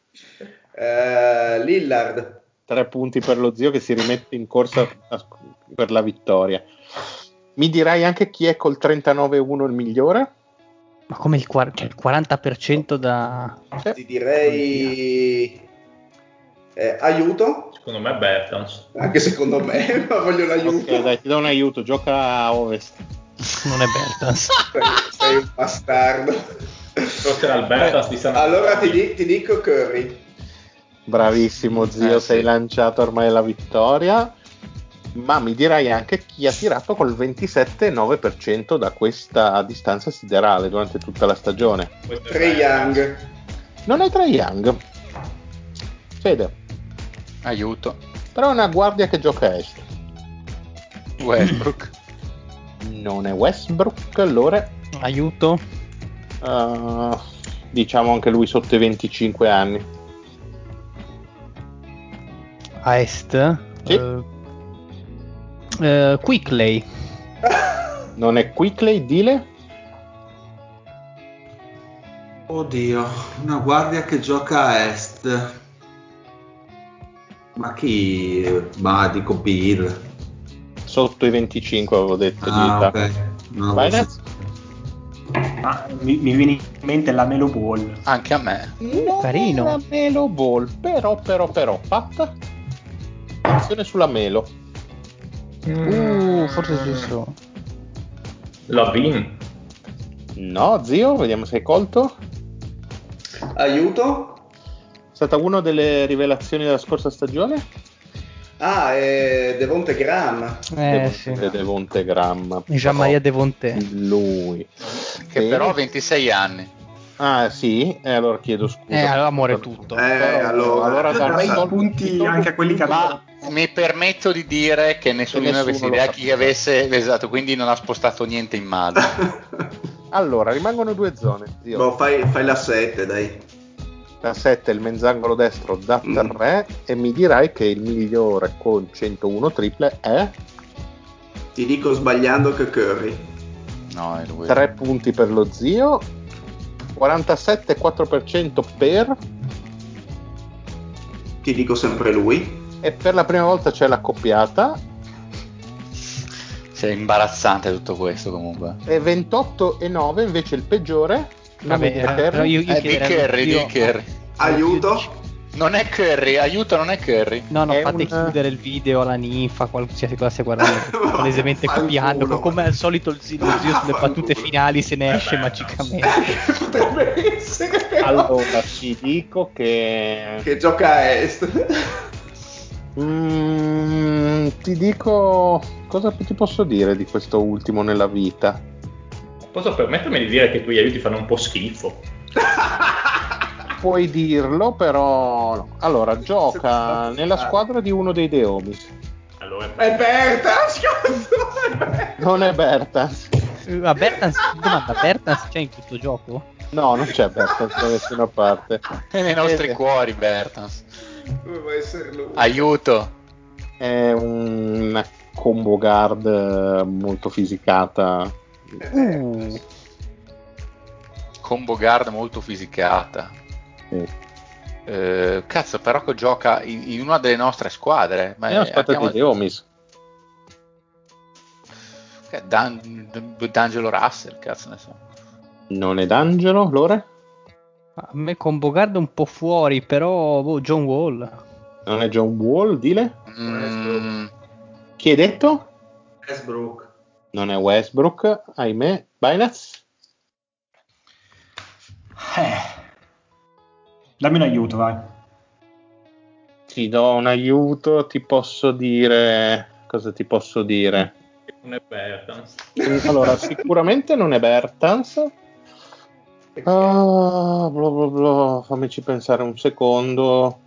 Lillard. 3 punti per lo zio che si rimette in corsa per la vittoria. Mi dirai anche chi è col 39-1 il migliore? Ma come il 40% da... Ti direi aiuto. Secondo me Bertans. Anche secondo me, ma voglio l'aiuto. Ok, dai, ti do un aiuto, gioca a Ovest. Non è Bertans. Sei un bastardo. Forse era il Bertans di San Allora ti dico Curry. Bravissimo zio, sei lanciato ormai alla vittoria. Ma mi dirai anche chi ha tirato col 27,9% da questa distanza siderale durante tutta la stagione. Trae Young. Non è Trae Young. Fede. Aiuto. Però è una guardia che gioca a Est. Westbrook. Non è Westbrook, allora. Aiuto. Diciamo anche lui sotto i 25 anni. A Est? Sì. Quickley. Non è Quickley, dile? Oddio, una guardia che gioca a Est. Ma chi? Ma dico Bill. Sotto i 25 avevo detto. Ok. Mi viene in mente la Melo Ball. Anche a me. Carino. La Melo Ball, però, fatta. Attenzione sulla Melo. Forse ci sono. Lavin. No, zio, vediamo se hai colto. Aiuto. È stata una delle rivelazioni della scorsa stagione? Devonte Graham. Sì. Devonte Graham. Jean-Maria Devonte. Lui. Che però ha 26 anni. Ah sì? Allora chiedo scusa. Allora muore tutto. Allora darei punti anche a quelli che Ma mi permetto di dire che nessuno avesse idea chi avesse, esatto, quindi non ha spostato niente in mano. Allora, rimangono 2 zone, zio. Fai la 7, dai. La 7 è il mezzangolo destro da 3 e mi dirai che il migliore con 101 triple è? Ti dico sbagliando che Curry. No, è lui. 3 punti per lo zio, 47,4% per... Ti dico sempre lui. E per la prima volta c'è l'accoppiata. Cioè, imbarazzante tutto questo comunque. E 28,9 invece il peggiore. Però io Di Curry. Aiuto. Non è Curry, aiuto, non è Curry. No, fate chiudere il video alla ninfa, qualsiasi cosa stia guardando, palesemente copiando, come al solito lo zio sulle battute finali se ne esce magicamente. Potrebbe essere. Allora, ti dico che gioca a est. Ti dico, cosa ti posso dire di questo ultimo nella vita? Posso permettermi di dire che i tuoi aiuti fanno un po' schifo? Puoi dirlo, però no. Allora, gioca nella squadra di uno dei Deomis. Allora È Bertans, Non è Bertans. Ma Bertans c'è in questo gioco? No, non c'è Bertans da nessuna parte. È nei nostri cuori Bertans. Doveva essere lui. Aiuto. È una combo guard molto fisicata. Combo guard molto fisicata. Cazzo, però che gioca in una delle nostre squadre. Ma è una squadra di Deomis. D'Angelo Russell, cazzo ne so. Non è D'Angelo, Lore? A me combo guard un po' fuori, però John Wall. Non è John Wall, dile? Chi hai detto? Westbrook. Non è Westbrook, ahimè. Binance? Dammi un aiuto, vai. Ti do un aiuto, ti posso dire... Cosa ti posso dire? Non è Bertans. Allora, sicuramente non è Bertans. Fammici pensare un secondo.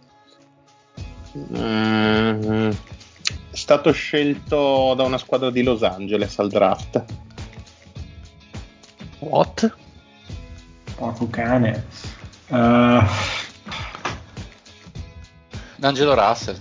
È stato scelto da una squadra di Los Angeles al draft. What? Porco cane. D'Angelo Russell.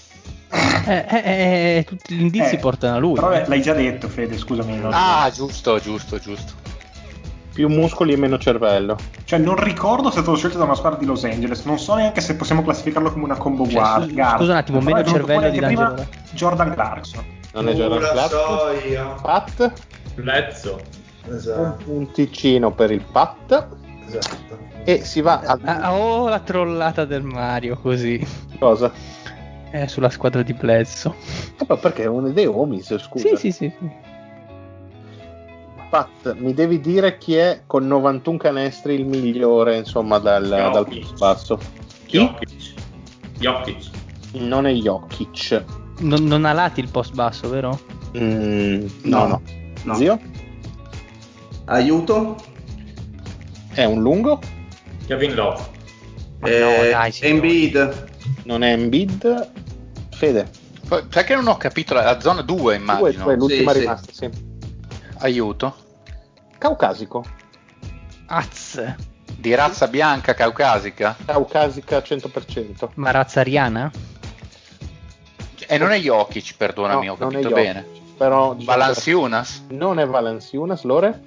Tutti gli indizi portano a lui. Però l'hai già detto, Fede, scusami. Giusto. Più muscoli e meno cervello. Cioè, non ricordo se è stato scelto da una squadra di Los Angeles. Non so neanche se possiamo classificarlo come una combo guard. Scusa un attimo, meno cervello di D'Angelo. Jordan Clarkson. Non è Jordan Clarkson. Pat? Bledsoe. Esatto. Un punticino per il Pat. Esatto. E si va la trollata del Mario, così. Cosa? Sulla squadra di Bledsoe. Perché è un Deomis, scusa. Sì. Pat, mi devi dire chi è con 91 canestri il migliore, insomma, dal basso. Chi? Jokic. Non è Jokic. Non ha lati il post basso, vero? No. Zio? Aiuto? È un lungo? Kevin Love. Embiid. Non è Embiid. Fede? Sai che non ho capito la zona 2, immagino. 2, l'ultima rimasta, sì. Aiuto. Caucasico. Az. Di razza bianca caucasica? Caucasica 100%. Ma razza ariana? E non è Jokic, perdonami, no, ho capito non è bene. Jokic, però Valanciunas? Non è Valanciunas, Lore?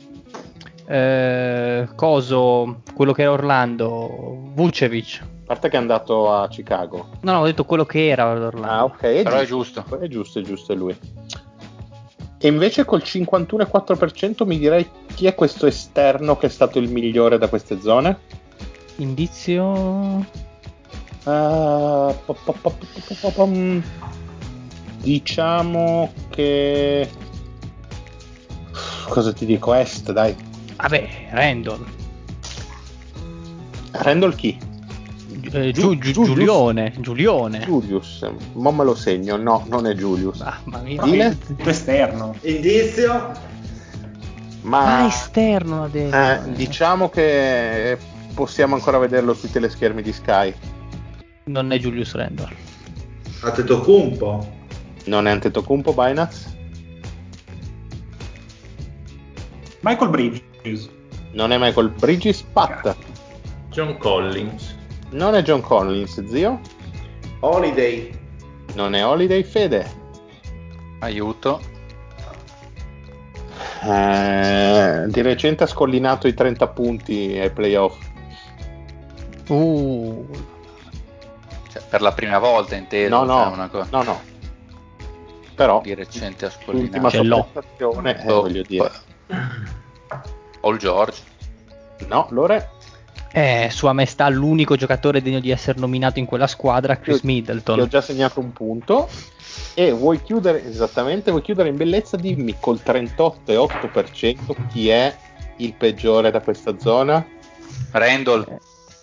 Coso, quello che era Orlando, Vucevic. A parte che è andato a Chicago. No, ho detto quello che era Orlando. Ok, però è giusto. È giusto, è lui. E invece col 51,4% mi direi chi è questo esterno che è stato il migliore da queste zone? Indizio? Diciamo che... Cosa ti dico? Est, dai. Vabbè, Randall. Randall chi? Giulione. Julius, ma me lo segno. No, non è Julius. Mamma mia. Dile? Esterno. Indizio? Ma esterno adesso. Diciamo che possiamo ancora vederlo sui teleschermi di Sky. Non è Julius Randall. Antetokounmpo? Non è Antetokounmpo, Binance? Michael Bridges? Non è Michael Bridges, Pat? John Collins? Non è John Collins, zio? Holiday? Non è Holiday, Fede? Aiuto. Di recente ha scollinato i 30 punti ai playoff. Cioè, per la prima volta inteso. No. però di recente a l'ultima Scollinare. prestazione, voglio dire. Paul George. No, Lore? Sua Maestà l'unico giocatore degno di essere nominato in quella squadra, Chris Middleton. Ti ho già segnato un punto. E vuoi chiudere in bellezza? Dimmi col 38,8% chi è il peggiore da questa zona? Randall.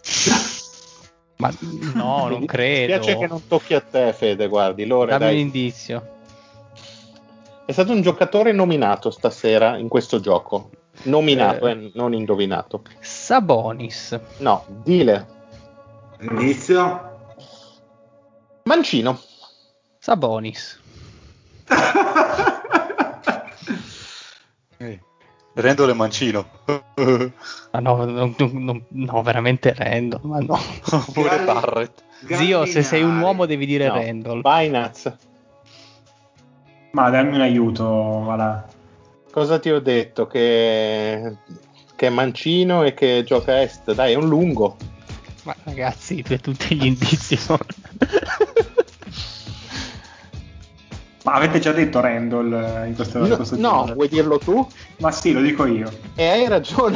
Ma no, non credo. Mi piace che non tocchi a te, Fede, guardi. Lore, dammi dai. un indizio. È stato un giocatore nominato stasera in questo gioco. Nominato, non indovinato. Sabonis. No, dile. Inizio. Mancino. Sabonis. Randall e Mancino. Ma no, veramente Randall, ma no. Pure Barrett. Zio, se sei un uomo devi dire Randall. Binance. Ma dammi un aiuto, voilà. Cosa ti ho detto? Che è mancino e che gioca a est. Dai, è un lungo. Ma ragazzi, tutti gli indizi sono... Ma avete già detto Randall in questo No, giro? vuoi dirlo tu? Ma sì, lo dico io. E hai ragione.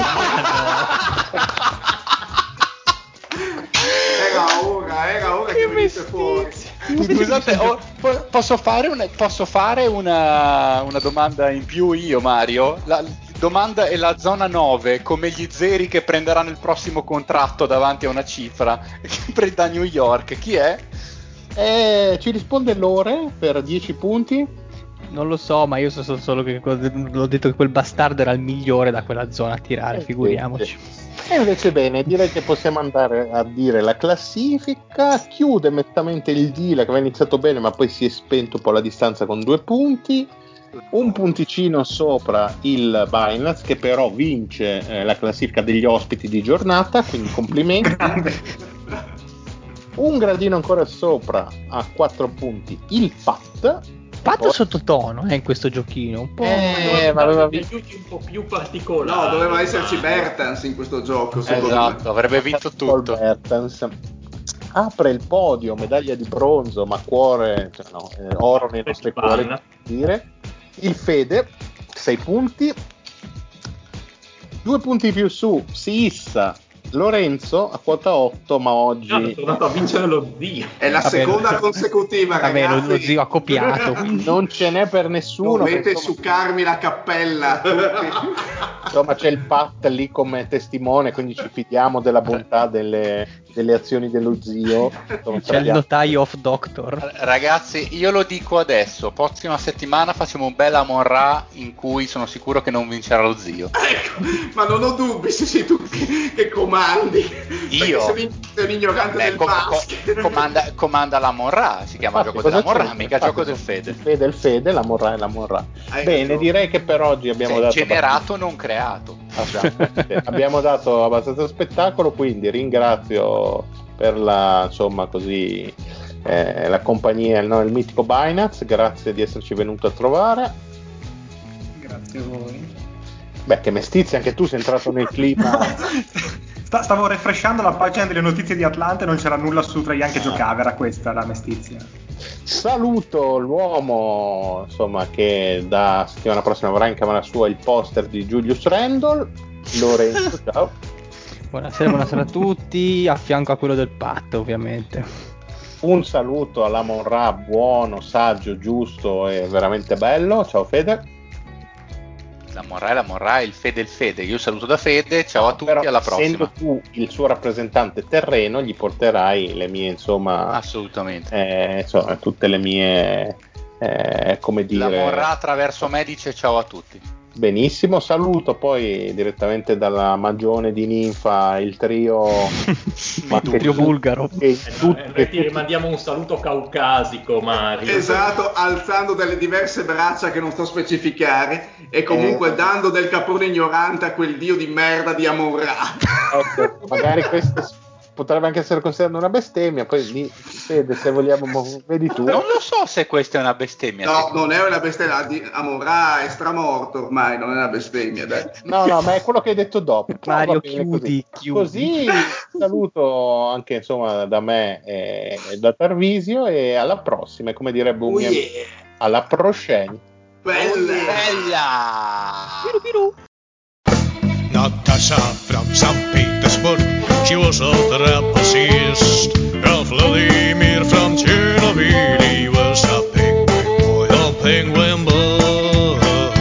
Era ora che venisse fuori. Scusate, posso fare una domanda in più io, Mario? La domanda è la zona 9, come gli zeri che prenderanno il prossimo contratto davanti a una cifra da New York. Chi è? Ci risponde Lore per 10 punti. Non lo so, ma io so solo che l'ho detto che quel bastardo era il migliore da quella zona a tirare, figuriamoci. E invece bene, direi che possiamo andare a dire la classifica. Chiude nettamente il Dila, che aveva iniziato bene ma poi si è spento un po' la distanza con 2 punti. Un punticino sopra il Binance, che però vince la classifica degli ospiti di giornata, quindi complimenti. Un gradino ancora sopra a 4 punti il Pat sottotono in questo giochino un po'. Aveva aiuti un po' più particolari. No, doveva esserci Bertans in questo gioco. Esatto, avrebbe vinto tutto. Bertans apre il podio, medaglia di bronzo, ma cuore, oro nei nostri cuori, dire. Il Fede 6 punti, 2 punti più su si issa Lorenzo a quota 8, ma oggi è tornato a vincere lo zio. È la seconda consecutiva, ragazzi. Lo zio ha copiato, quindi non ce n'è per nessuno. Dovete succarmi la cappella tutti. Insomma, c'è il Pat lì come testimone, quindi ci fidiamo della bontà delle azioni dello zio. C'è il notaio of Doctor. Ragazzi, io lo dico adesso, prossima settimana facciamo un bel Amon-Ra in cui sono sicuro che non vincerà lo zio. Ecco, ma non ho dubbi se sei tu che comandi. Io? Sei un ignorante del basket. Comanda l'Amon-Ra, si chiama gioco dell'Amon-Ra, mica gioco del Fede. Il Fede, l'Amon-Ra e l'Amon-Ra. Bene, direi che per oggi abbiamo dato generato, non creato. Abbiamo dato abbastanza spettacolo, quindi ringrazio per la compagnia, il mitico Binance, grazie di esserci venuto a trovare. Grazie a voi. Beh, che mestizia, anche tu sei entrato nel clima. Stavo refreshando la pagina delle notizie di Atlanta e non c'era nulla su Trae Young che giocava, era questa la mestizia. Saluto l'uomo che da settimana prossima avrà in camera sua il poster di Julius Randle. Lorenzo, ciao. Buonasera a tutti, a fianco a quello del Pat, ovviamente. Un saluto all'Amon-Ra, buono, saggio, giusto e veramente bello. Ciao Fede. L'Amon-Ra, il Fede. Io saluto da Fede, ciao a tutti, alla prossima. Essendo tu il suo rappresentante terreno, gli porterai le mie, assolutamente. Tutte le mie, come dire. L'Amon-Ra attraverso me dice ciao a tutti. Benissimo, saluto poi direttamente dalla magione di Ninfa il trio trio bulgaro. Noi ti rimandiamo un saluto caucasico, Mario. Esatto, alzando delle diverse braccia che non sto a specificare e comunque dando del capone ignorante a quel dio di merda di Amon-Ra. Ecco, magari questo potrebbe anche essere considerato una bestemmia, poi Fede, se vogliamo, vedi tu. Non lo so se questa è una bestemmia. No, non è una bestemmia, Amon-Ra è stramorto ormai, non è una bestemmia, dai. No, ma è quello che hai detto dopo. Mario, chiudi. Così saluto anche da me e da Tarvisio e alla prossima, come direbbe un mio amico. Alla prochaine. Bella! Piru. Natasha from St. Petersburg, she was a trapezist. Vladimir from Chernobyl, he was a penguin boy, a penguin boy.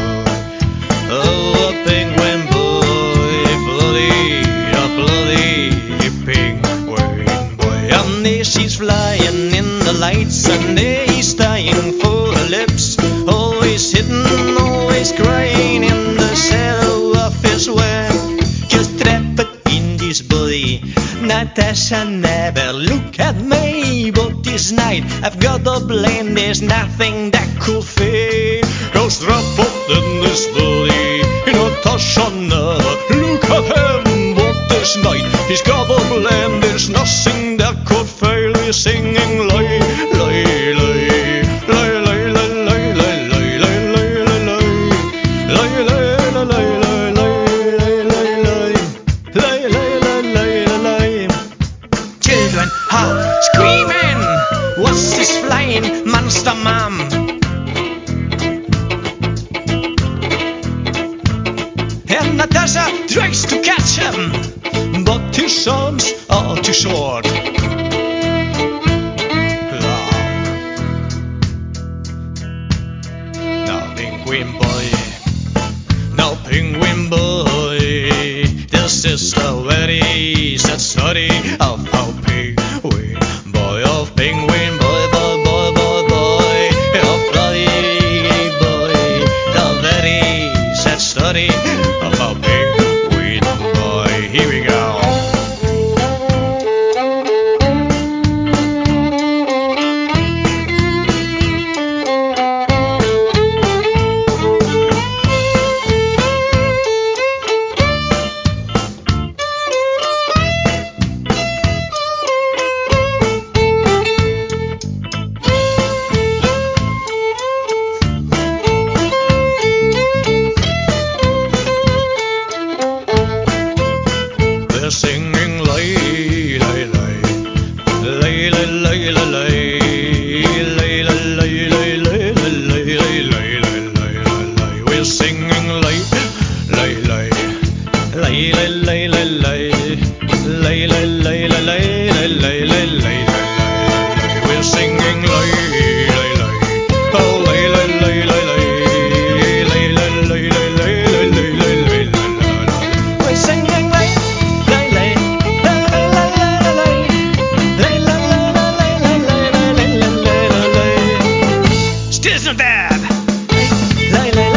Oh, a penguin boy, a bloody penguin boy. And there she's flying in the lights, and there he's dying for her lips. Always hidden, always crying in the shadow of his web. Just trapped in this body. Natasha, never look at me, but this night I've got a blame. There's nothing that could fade. Goes trapped in this body. Natasha, never look at him, but this night he's got a blame. There's nothing that could fail. He's singing lay, lay, lay, lay, lay, lay, lay, lay, lay, lay, lay, lay, lay, lay. Children are screaming, what's this flying monster, mom? And Natasha tries to catch him, but his arms are too short. Now penguin boy, now penguin boy, this is the very sad story of how penguin boy, of penguin boy, boy, boy, boy, boy, of bloody boy, the very sad story of how penguin boy. Here we go. They're singing lay, lay, lay, lay, lay, lay, lay, lay, lay, lay, lay, lay, lay, lay, lay, lay, lay. We're singing lay, lay, lay, lay, lay, lay, lay, lay, lay, lay, lay, lay, lay, lay, lay, lay. We're singing lay, lay, lay, oh lay, lay, lay, lay, lay, lay, lay, lay, lay, lay, lay, lay, lay. We're singing lay. Still so bad.